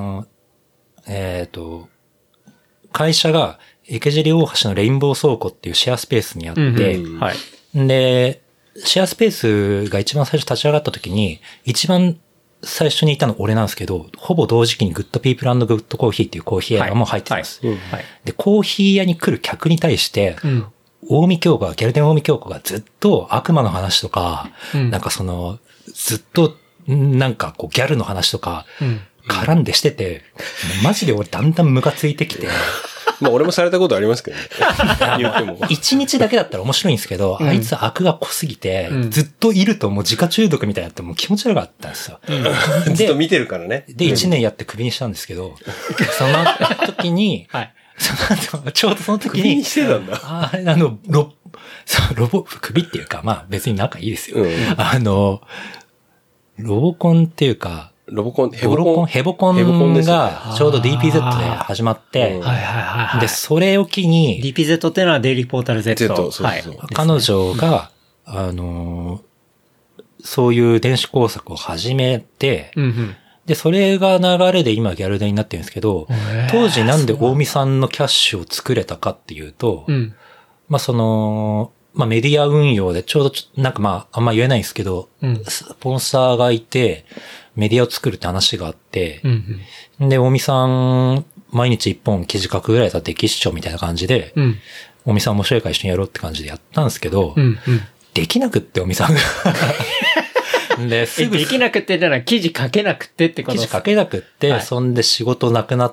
会社が池尻大橋のレインボー倉庫っていうシェアスペースにあって、で、シェアスペースが一番最初立ち上がった時に、一番最初にいたの俺なんですけど、ほぼ同時期にグッドピープル&グッドコーヒーっていうコーヒー屋も入ってます。で、コーヒー屋に来る客に対して、ギャルデン大見京子がずっと悪魔の話とか、なんかずっと、なんかギャルの話とか、絡んでしてて、マジで俺だんだんムカついてきて。 まあ俺もされたことありますけどね。言っても。 一日だけだったら面白いんですけど、あいつ悪が濃すぎて、ずっといるともう自家中毒みたいになってもう気持ち悪かったんですよ。 ずっと見てるからね。 で、1年やってクビにしたんですけど、その時に、その後、ちょうどその時に、 クビにしてたんだ。 クビっていうか、まあ別に仲いいですよ。ロボコンっていうか、ヘボコンがちょうど DPZ で始まって、で、それを機に、 DPZ っていうのはデイリーポータル Z。 彼女が、そういう電子工作を始めて、で、それが流れで今ギャルデンになってるんですけど、当時なんで大見さんのキャッシュを作れたかっていうと、まあメディア運用でちょうどなんかまああんま言えないんですけど、スポンサーがいてメディアを作るって話があって、で、大見さん毎日一本記事書くぐらいだったらできっしょみたいな感じで、大見さん面白いから一緒にやろうって感じでやったんですけど、できなくって大見さんがで、すぐ。 できなくってじゃない、記事書けなくってってこと記事書けなくって、はい、そんで仕事なくなって、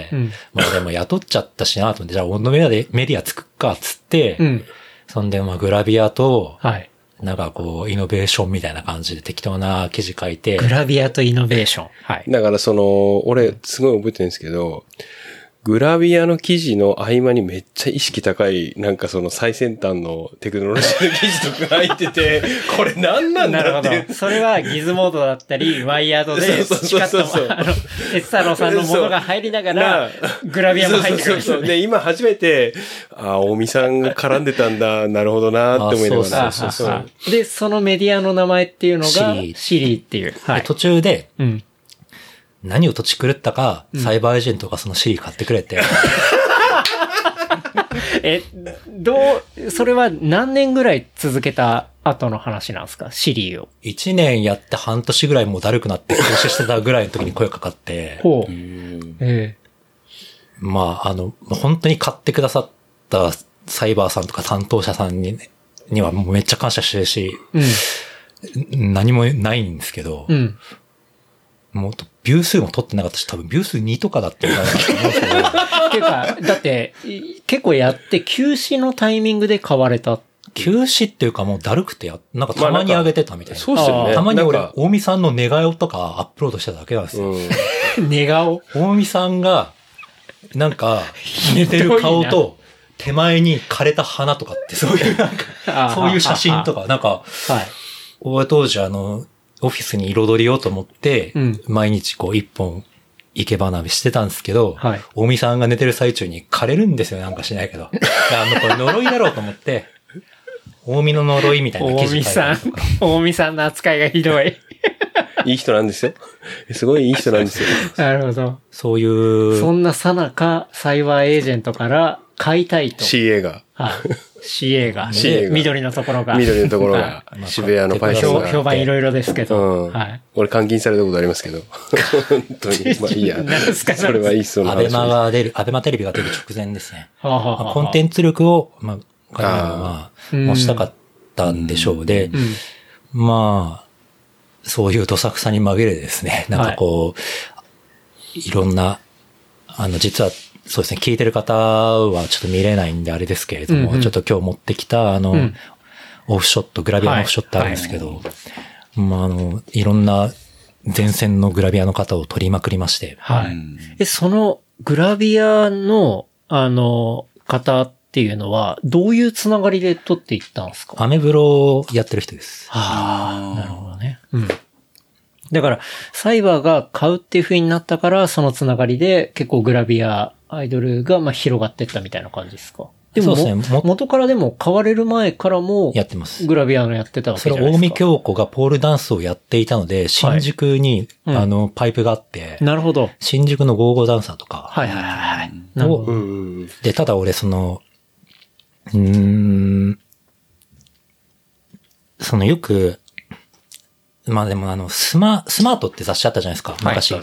まあでも雇っちゃったしなと思って、じゃあ温度メディア作っかっつって、そんでまあグラビアと、はい、なんかこう、イノベーションみたいな感じで適当な記事書いて。 グラビアとイノベーション。 はい。だから俺、すごい覚えてるんですけど、グラビアの記事の合間にめっちゃ意識高い、なんか最先端のテクノロジーの記事とか入ってて、これ何なんだって。なるほど。それはギズモードだったり、ワイヤードで、チカッと、鉄太郎さんのものが入りながら、グラビアも入ってくる、ね。そう。 で、今初めて、大見さんが絡んでたんだ、なるほどなって思いながら。 そう。で、そのメディアの名前っていうのが、シリっていう。 はい。途中で、何を土地狂ったか、サイバーエージェントがそのシリ買ってくれて。 それは何年ぐらい続けた後の話なんですか、シリを。 1年やって半年ぐらいもうだるくなって投資してたぐらいの時に声かかって。ほう。まあ、本当に買ってくださったサイバーさんとか担当者さんにはもうめっちゃ感謝してるし、何もないんですけど、もっとビュー数も取ってなかったし、多分ビュー数2とかだったんじゃないかと思うんですけど。 っていうか、だって、結構やって休止のタイミングで買われた。 休止っていうかもうだるくてなんかたまに上げてたみたいな。 そうですよね。 たまに俺、大見さんの寝顔とかアップロードしてただけなんですよ。 寝顔？ 大見さんが、なんか、寝てる顔と、手前に枯れた花とかって、そういうなんか、そういう写真とか、なんか、はい。俺当時オフィスに彩りようと思って、毎日こう一本生け花火してたんですけど、はい、大見さんが寝てる最中に枯れるんですよ、なんかしないけど。これ呪いだろうと思って、大見の呪いみたいな記事書いたりとか。 大見さんの扱いがひどい。 いい人なんですよ。すごいいい人なんですよ。 なるほど。 そういう。 そんなさなかサイバーエージェントから買いたいと。 CA が。 はい。CA が。緑のところが。 緑のところが。渋谷のパイセンが。 評判いろいろですけど。 はい。俺監禁されたことありますけど。本当に。まあいいや。 何ですかそれはいいっすよ。 アベマテレビが出る直前ですね。コンテンツ力を、彼らは、持ちたかったんでしょう。で、まあ、そういうどさくさに紛れですね。なんかこう、いろんな、実は、そうですね、聞いてる方はちょっと見れないんであれですけれども、ちょっと今日持ってきたオフショット、グラビアのオフショットあるんですけど、まあいろんな前線のグラビアの方を取りまくりまして。 はい。そのグラビアの、方っていうのは、どういうつながりで取っていったんですか？ アメブロをやってる人です。 なるほどね。だから、サイバーが買うっていう風になったから、そのつながりで結構グラビアアイドルが広がっていったみたいな感じですか？でも、そうですね、元からでも買われる前からも、 やってます。 グラビアのやってたわけじゃないですか。 それ、大見京子がポールダンスをやっていたので、新宿に、パイプがあって、 なるほど。 新宿のゴーゴーダンサーとか、 はい。なるほど。 で、ただ俺よく、まあでもスマートって雑誌あったじゃないですか、昔。はい。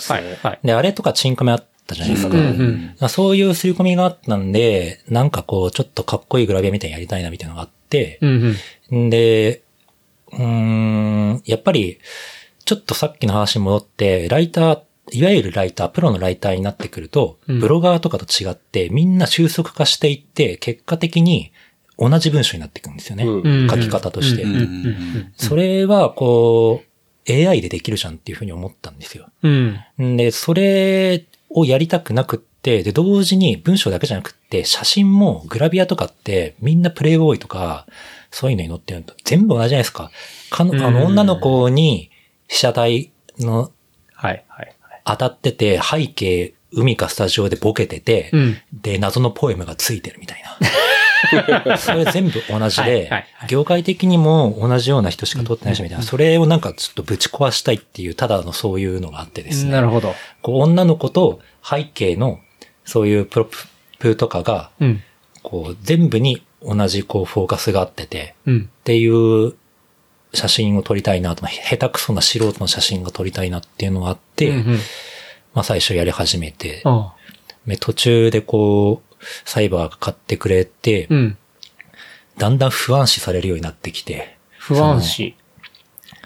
で、あれとかチンコメあったじゃないですか。そういう刷り込みがあったんで、なんかこう、ちょっとかっこいいグラビアみたいにやりたいなみたいなのがあって、で、やっぱり、ちょっとさっきの話に戻って、いわゆるライター、プロのライターになってくると、ブロガーとかと違って、みんな収束化していって、結果的に同じ文章になっていくんですよね。書き方として。それは、こう、AI でできるじゃんっていうふうに思ったんですよ。で、それをやりたくなくって、で、同時に文章だけじゃなくって、写真もグラビアとかってみんなプレイボーイとか、そういうのに載ってるのと全部同じじゃないですか。女の子に被写体の当たってて、背景、海かスタジオでボケてて、で、謎のポエムがついてるみたいな。それ全部同じで、業界的にも同じような人しか撮ってないしみたいな、それをなんかちょっとぶち壊したいっていう、ただのそういうのがあってですね。 なるほど。 こう女の子と背景のそういうプロップとかが、こう全部に同じこうフォーカスがあってて、っていう写真を撮りたいなと、下手くそな素人の写真が撮りたいなっていうのがあって、まあ最初やり始めて、途中でこう、サイバーが買ってくれて、だんだん不安視されるようになってきて。 不安視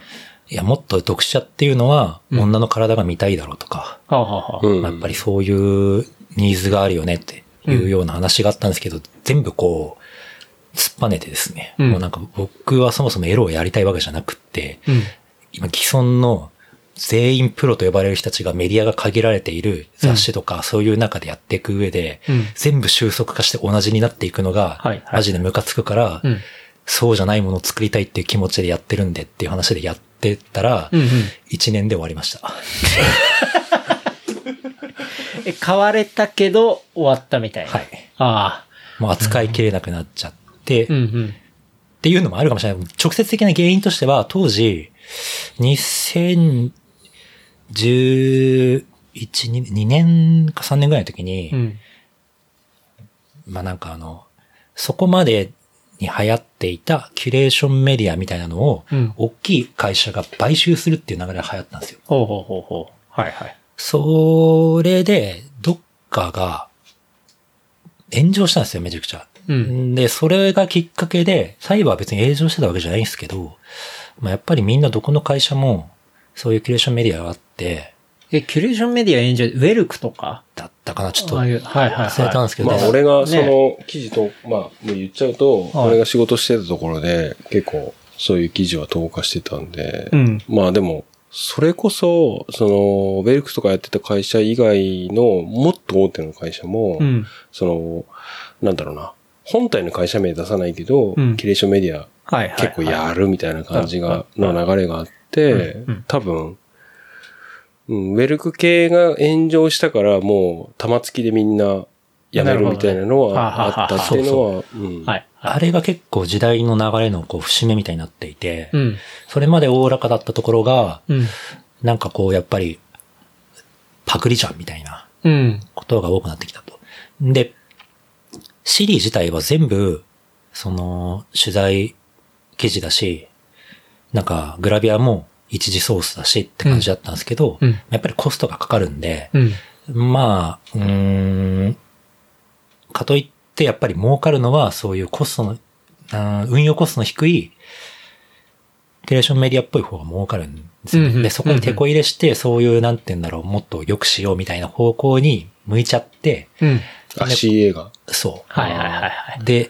いや、もっと読者っていうのは、女の体が見たいだろうとか、やっぱりそういうニーズがあるよねっていうような話があったんですけど、全部こう、突っぱねてですね、もうなんか僕はそもそもエロをやりたいわけじゃなくって、今既存の全員プロと呼ばれる人たちがメディアが限られている雑誌とかそういう中でやっていく上で、全部収束化して同じになっていくのが、マジでムカつくから、そうじゃないものを作りたいっていう気持ちでやってるんでっていう話でやってたら、1年で終わりました。 買われたけど終わったみたいな。 はい。ああ。もう扱いきれなくなっちゃって、っていうのもあるかもしれない。直接的な原因としては、当時、2011、2年か3年ぐらいの時に、まあなんかそこまでに流行っていたキュレーションメディアみたいなのを、大きい会社が買収するっていう流れが流行ったんですよ。 はいはい。 それで、どっかが炎上したんですよ、めちゃくちゃ。で、それがきっかけで、サイバーは別に炎上してたわけじゃないんですけど、まあ、やっぱりみんなどこの会社も、そういうキュレーションメディアがあって、 キュレーションメディア炎上、ウェルクとかだったかな、ちょっと。忘れたんですけど。 まあ、俺がその記事と、まあ、もう言っちゃうと、俺が仕事してたところで、結構、そういう記事は投下してたんで、まあでも、それこそ、その、ウェルクとかやってた会社以外の、もっと大手の会社も、その、なんだろうな、本体の会社名出さないけど、キュレーションメディア、結構やるみたいな感じが、の流れがあって、多分、ウェルク系が炎上したから、もう、玉突きでみんなやめるみたいなのはあったっていうのは、 あれが結構時代の流れのこう節目みたいになっていて、それまでおおらかだったところが、なんかこうやっぱりパクリじゃんみたいなことが多くなってきたと。で、シリ自体は全部その取材記事だし、なんかグラビアも一次ソースだしって感じだったんですけど、やっぱりコストがかかるんで、まあかといってやっぱり儲かるのはそういうコストの、運用コストの低いキュレーションメディアっぽい方が儲かるんですよね。で、そこに手こ入れして、そういう、なんて言うんだろう、もっと良くしようみたいな方向に向いちゃって、 CA が。 そう。で、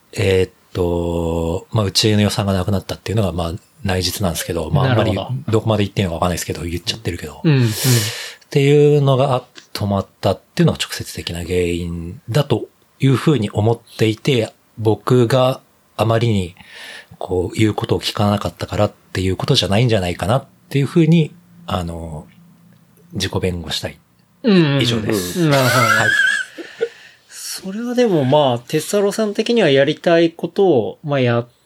まあ、うちの予算がなくなったっていうのが、まあ、内実なんですけど、まあ、あんまりどこまで言ってんのかわかんないですけど、言っちゃってるけど。っていうのが止まったっていうのが直接的な原因だというふうに思っていて、僕があまりにこういうことを聞かなかったからっていうことじゃないんじゃないかなっていうふうに、自己弁護したい。以上です。 なるほど。はい。それはでもまあ、テッサロさん的にはやりたいことを、まあやって、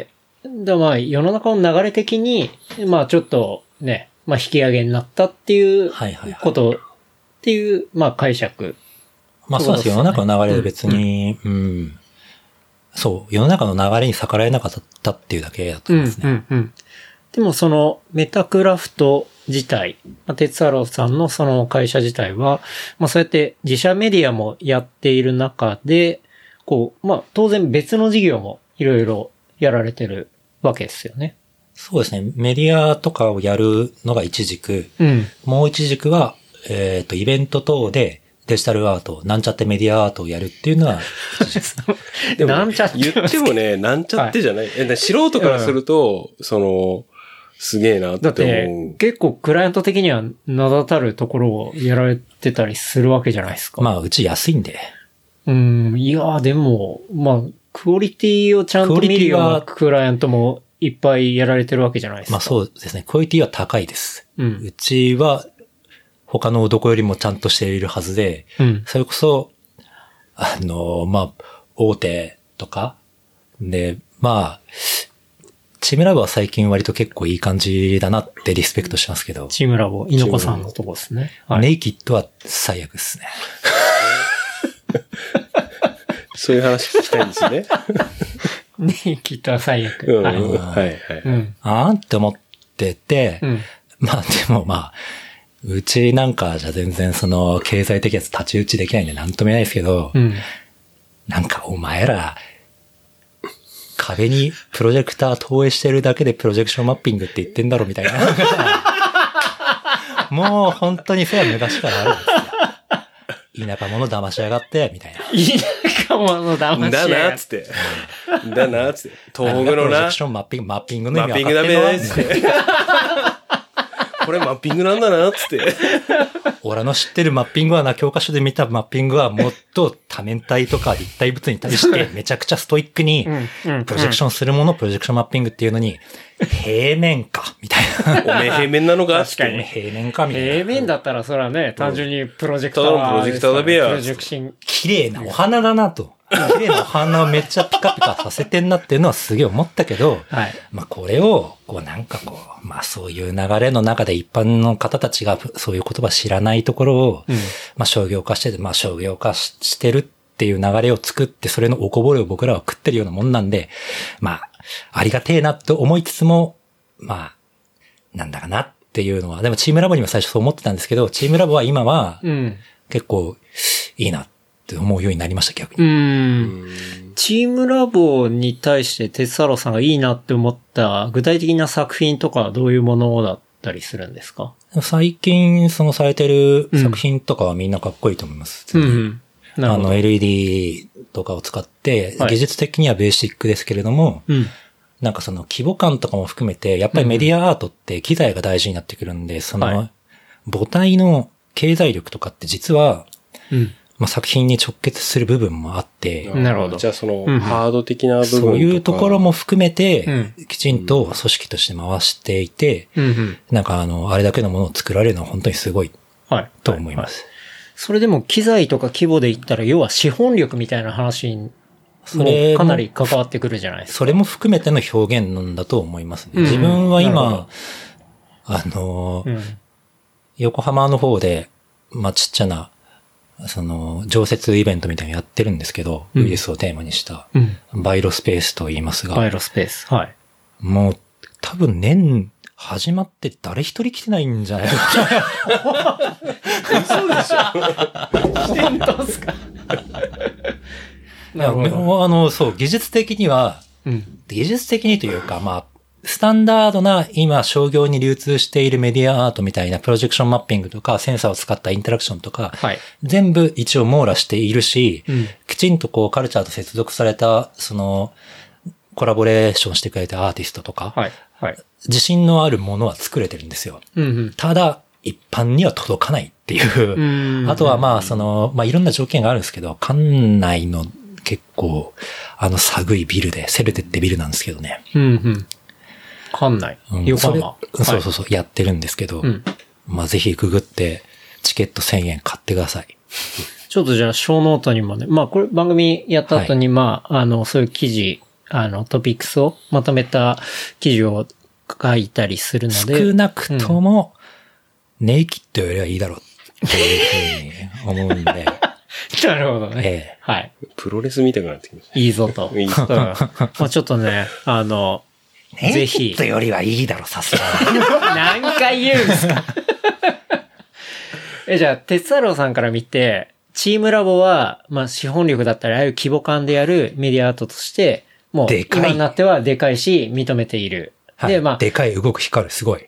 まあ世の中の流れ的に、まあちょっとね、まあ引き上げになったっていうことっていう、まあ解釈。 まあそうです。世の中の流れで別に、そう、世の中の流れに逆らえなかったっていうだけだと思いますね。 でもそのメタクラフト自体、テツアロさんのその会社自体は、まあそうやって自社メディアもやっている中で、こう、まあ当然別の事業もいろいろやられてるわけですよね。 そうですね。メディアとかをやるのが一軸。もう一軸は、イベント等でデジタルアート、なんちゃってメディアアートをやるっていうのは一軸。 でも、なんちゃって言ってもね、なんちゃってじゃない。素人からすると、その、すげえなって思う。 だって結構クライアント的には名だたるところをやられてたりするわけじゃないですか。 まあ、うち安いんで。 いやでも、まあ、クオリティをちゃんと見るようなクライアントもいっぱいやられてるわけじゃないですか。 まあそうですね。クオリティは高いです。うちは他のどこよりもちゃんとしているはずで、それこそ、まあ、大手とか、で、まあ、チームラボは最近割と結構いい感じだなってリスペクトしますけど。 チームラボ、猪子さんのとこですね。 ネイキッドは最悪ですね。 そういう話聞きたいんですね。 ネイキッドは最悪。 って思ってて、まあでもまあ、うちなんかじゃ全然その経済的やつ立ち打ちできないんでなんとも言えないですけど、なんかお前ら、 壁にプロジェクター投影してるだけでプロジェクションマッピングって言ってんだろみたいな。もう本当にそれは昔からあるんですよ。田舎者騙しやがって、みたいな。 田舎者騙しやがって。 だな、つって。だな、つって。東北のな。 プロジェクションマッピングの意味マッピングダメだね、つって。これマッピングなんだな、つって。 俺の知ってるマッピングはな、教科書で見たマッピングはもっと多面体とか立体物に対してめちゃくちゃストイックにプロジェクションするものをプロジェクションマッピングっていうのに、平面か、みたいな。 おめえ平面なのか確かに。 平面か、みたいな。 平面だったらそれはね、単純にプロジェクター、 プロジェクターだべや。 プロジェクション。 綺麗なお花だなと。綺麗なお花をめっちゃピカピカさせてんなっていうのはすげえ思ったけど、 はい、 まあこれを、まあそういう流れの中で一般の方たちがそういう言葉知らないところを、まあ商業化してて、まあ商業化してるっていう流れを作って、それのおこぼれを僕らは食ってるようなもんなんで、まあ、ありがてえなと思いつつも、まあ、なんだかなっていうのは、でもチームラボにも最初そう思ってたんですけど、チームラボは今は、結構いいなって思うようになりました、逆に。 チームラボに対して鉄太郎さんがいいなって思った具体的な作品とかはどういうものだったりするんですか？ 最近されてる作品とかはみんなかっこいいと思います。LED とかを使って、技術的にはベーシックですけれども、なんか規模感とかも含めて、やっぱりメディアアートって機材が大事になってくるんで、母体の経済力とかって実は、まあ、作品に直結する部分もあって、 なるほど。 じゃあハード的な部分とか、 そういうところも含めて、きちんと組織として回していて、なんかあれだけのものを作られるのは本当にすごい、と思います。 それでも機材とか規模で言ったら、要は資本力みたいな話に、それかなり関わってくるじゃないですか。 それも含めての表現なんだと思いますね。自分は今、横浜の方で、まあ、ちっちゃな、常設イベントみたいなのやってるんですけど、ウイルスをテーマにした、バイロスペースと言いますが。 バイロスペース。はい。 もう、多分始まって誰一人来てないんじゃないかな。 嘘でしょ。 来てんとすか。 なるほど。そう、技術的にというか、まあ、スタンダードな今商業に流通しているメディアアートみたいなプロジェクションマッピングとかセンサーを使ったインタラクションとか、全部一応網羅しているし、きちんとカルチャーと接続された、コラボレーションしてくれたアーティストとか、自信のあるものは作れてるんですよ。ただ、一般には届かないっていう。あとはまあ、まあいろんな条件があるんですけど、館内の結構、寒いビルで、セルテってビルなんですけどね。 館内。横浜。 そう、やってるんですけど、まあぜひググってチケット1000円買ってください。 ちょっとじゃあ、小ノートにもね、まあこれ番組やった後に、まあ、そういう記事、トピックスをまとめた記事を書いたりするので。 少なくとも、ネイキッドよりはいいだろうっていうふうに思うんで。 なるほどね。はい。 プロレス見たくなってきました。 いいぞと。いいぞと。まあちょっとね、ぜひ。 ネイキッドよりはいいだろ、さすがに。 何回言うんですかじゃあ、鉄太郎さんから見て、チームラボは、まあ資本力だったり、ああいう規模感でやるメディアアートとして、もう、今になってはでかいし、認めている。 で、まあ。でかい、動く、光る、すごい。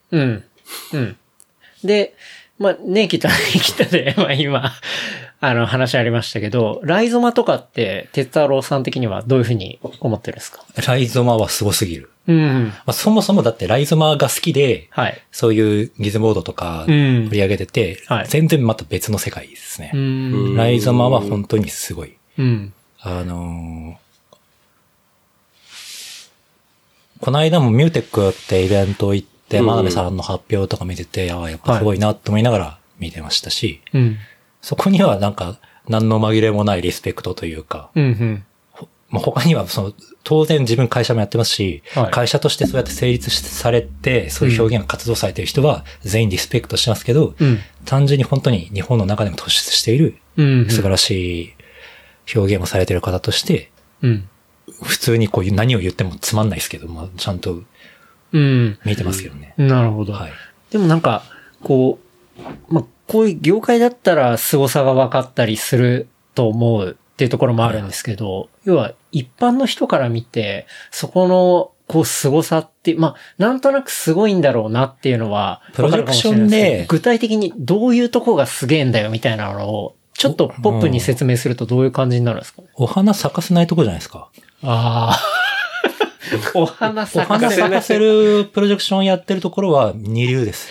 で、まあ、ネイキッドで、まあ今、話ありましたけど、ライゾマとかって、鉄太郎さん的にはどういうふうに思ってるんですか？ ライゾマはすごすぎる。まあ、そもそもだってライゾマが好きで、そういうギズボードとか取り上げてて、全然また別の世界ですね。ライゾマは本当にすごい。この間もミューテックってイベント行って、真鍋さんの発表とか見てて、やっぱすごいなと思いながら見てましたし、そこにはなんか何の紛れもないリスペクトというか、他には当然自分会社もやってますし、会社としてそうやって成立されて、そういう表現が活動されている人は全員リスペクトしてますけど、単純に本当に日本の中でも突出している素晴らしい表現をされている方として、普通に何を言ってもつまんないですけど、まあ、ちゃんと見てますけどね。 なるほど。でもなんか、まあ、こういう業界だったら凄さが分かったりすると思うっていうところもあるんですけど、要は一般の人から見て、そこの、こう、凄さって、まあ、なんとなくすごいんだろうなっていうのは、 プロジェクションで、 具体的にどういうとこがすげえんだよみたいなのを、ちょっとポップに説明するとどういう感じになるんですかね。 お花咲かせないとこじゃないですか。 ああ。お花咲かせるプロジェクションやってるところは二流です。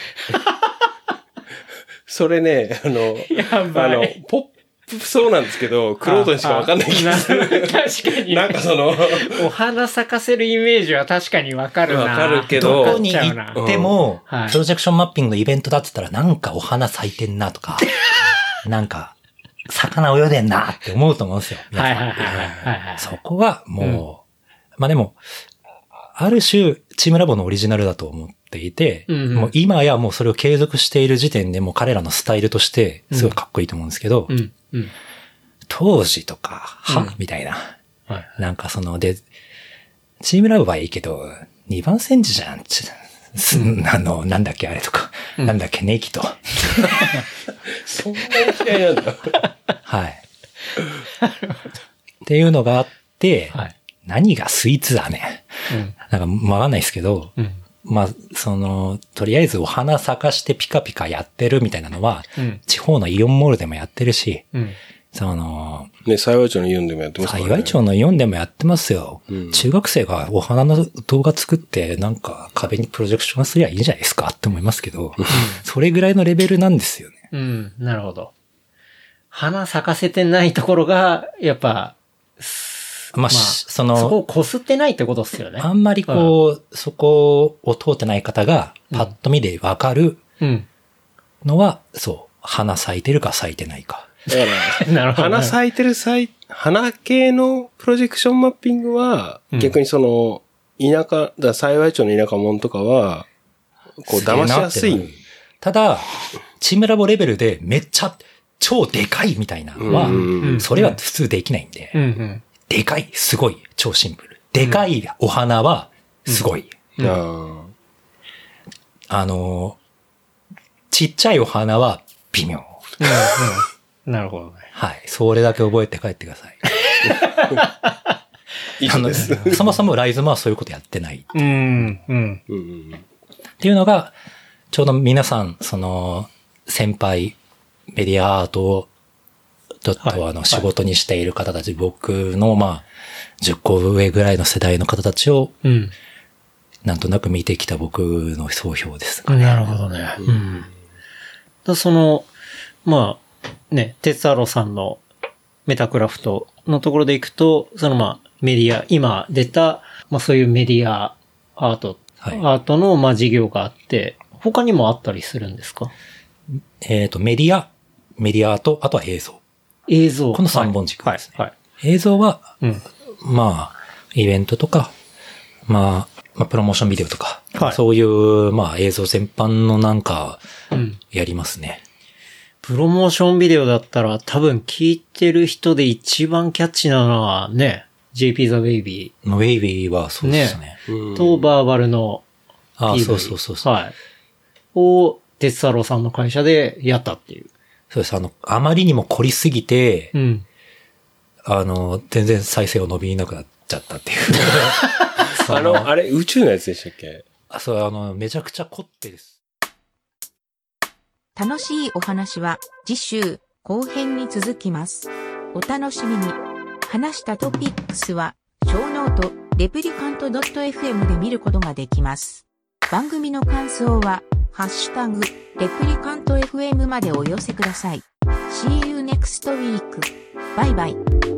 それね、ポップそうなんですけど、クロートにしかわかんない気がする。 確かに。 なんかお花咲かせるイメージは確かにわかるな。 わかるけど。 どこに行っても、プロジェクションマッピングのイベントだって言ったら、なんかお花咲いてんなとか、なんか、魚泳いでんなって思うと思うんですよ。 はい。 そこはもう、まあでも、ある種、チームラボのオリジナルだと思っていて、もう今やもうそれを継続している時点でもう彼らのスタイルとしてすごいかっこいいと思うんですけど、当時とか、みたいな。なんかで、チームラボはいいけど、2番煎じじゃん。なんだっけあれとか、なんだっけネギと。 そんな違いなんだ。 はい。っていうのがあって、何がスイーツだね。なんかわかんないですけど、まあ、とりあえずお花咲かしてピカピカやってるみたいなのは、地方のイオンモールでもやってるし、 ね、幸町のイオンでもやってますからね。 幸町のイオンでもやってますよ。中学生がお花の動画作って、なんか壁にプロジェクションすりゃいいんじゃないですかって思いますけど、それぐらいのレベルなんですよね。 なるほど。花咲かせてないところが、やっぱ、 まあ、 そこをこすってないってことですよね。 あんまりそこを通ってない方が、パッと見でわかるのは、花咲いてるか咲いてないか。 だから、花咲いてる花系のプロジェクションマッピングは、逆に田舎、幸町の田舎者とかは、こう騙しやすい。 ただ、チームラボレベルでめっちゃ超でかいみたいなのは、それは普通できないんで、でかい、すごい、超シンプル。でかいお花は、すごい。ちっちゃいお花は、微妙。 なるほどね。 はい。それだけ覚えて帰ってください。そもそもライズマはそういうことやってない。っていうのが、ちょうど皆さん、先輩、メディアアートを、ちょっと仕事にしている方たち、僕の、10個上ぐらいの世代の方たちを、なんとなく見てきた僕の総評ですかね。 なるほどね。テツアロさんのメタクラフトのところでいくと、メディア、今出た、そういうメディアアート、アートの、事業があって、他にもあったりするんですか？ メディアアート、あとは映像。 映像。 この3本軸ですね。映像は、イベントとか、プロモーションビデオとか、そういう、映像全般のなんか、やりますね。 プロモーションビデオだったら多分聞いてる人で一番キャッチなのはね、JP The Baby。 のベイビーはそうですね。 と、バーバルの PV。 そう。 はい。を、鉄太郎さんの会社でやったっていう。 そうです。あまりにも凝りすぎて、全然再生を伸びなくなっちゃったっていう。 あれ、宇宙のやつでしたっけ？ めちゃくちゃ凝ってです。 楽しいお話は次週後編に続きます。お楽しみに。話したトピックスはショーノートレプリカント .fm で見ることができます。番組の感想はハッシュタグレプリカント FM までお寄せください。See you next week. バイバイ。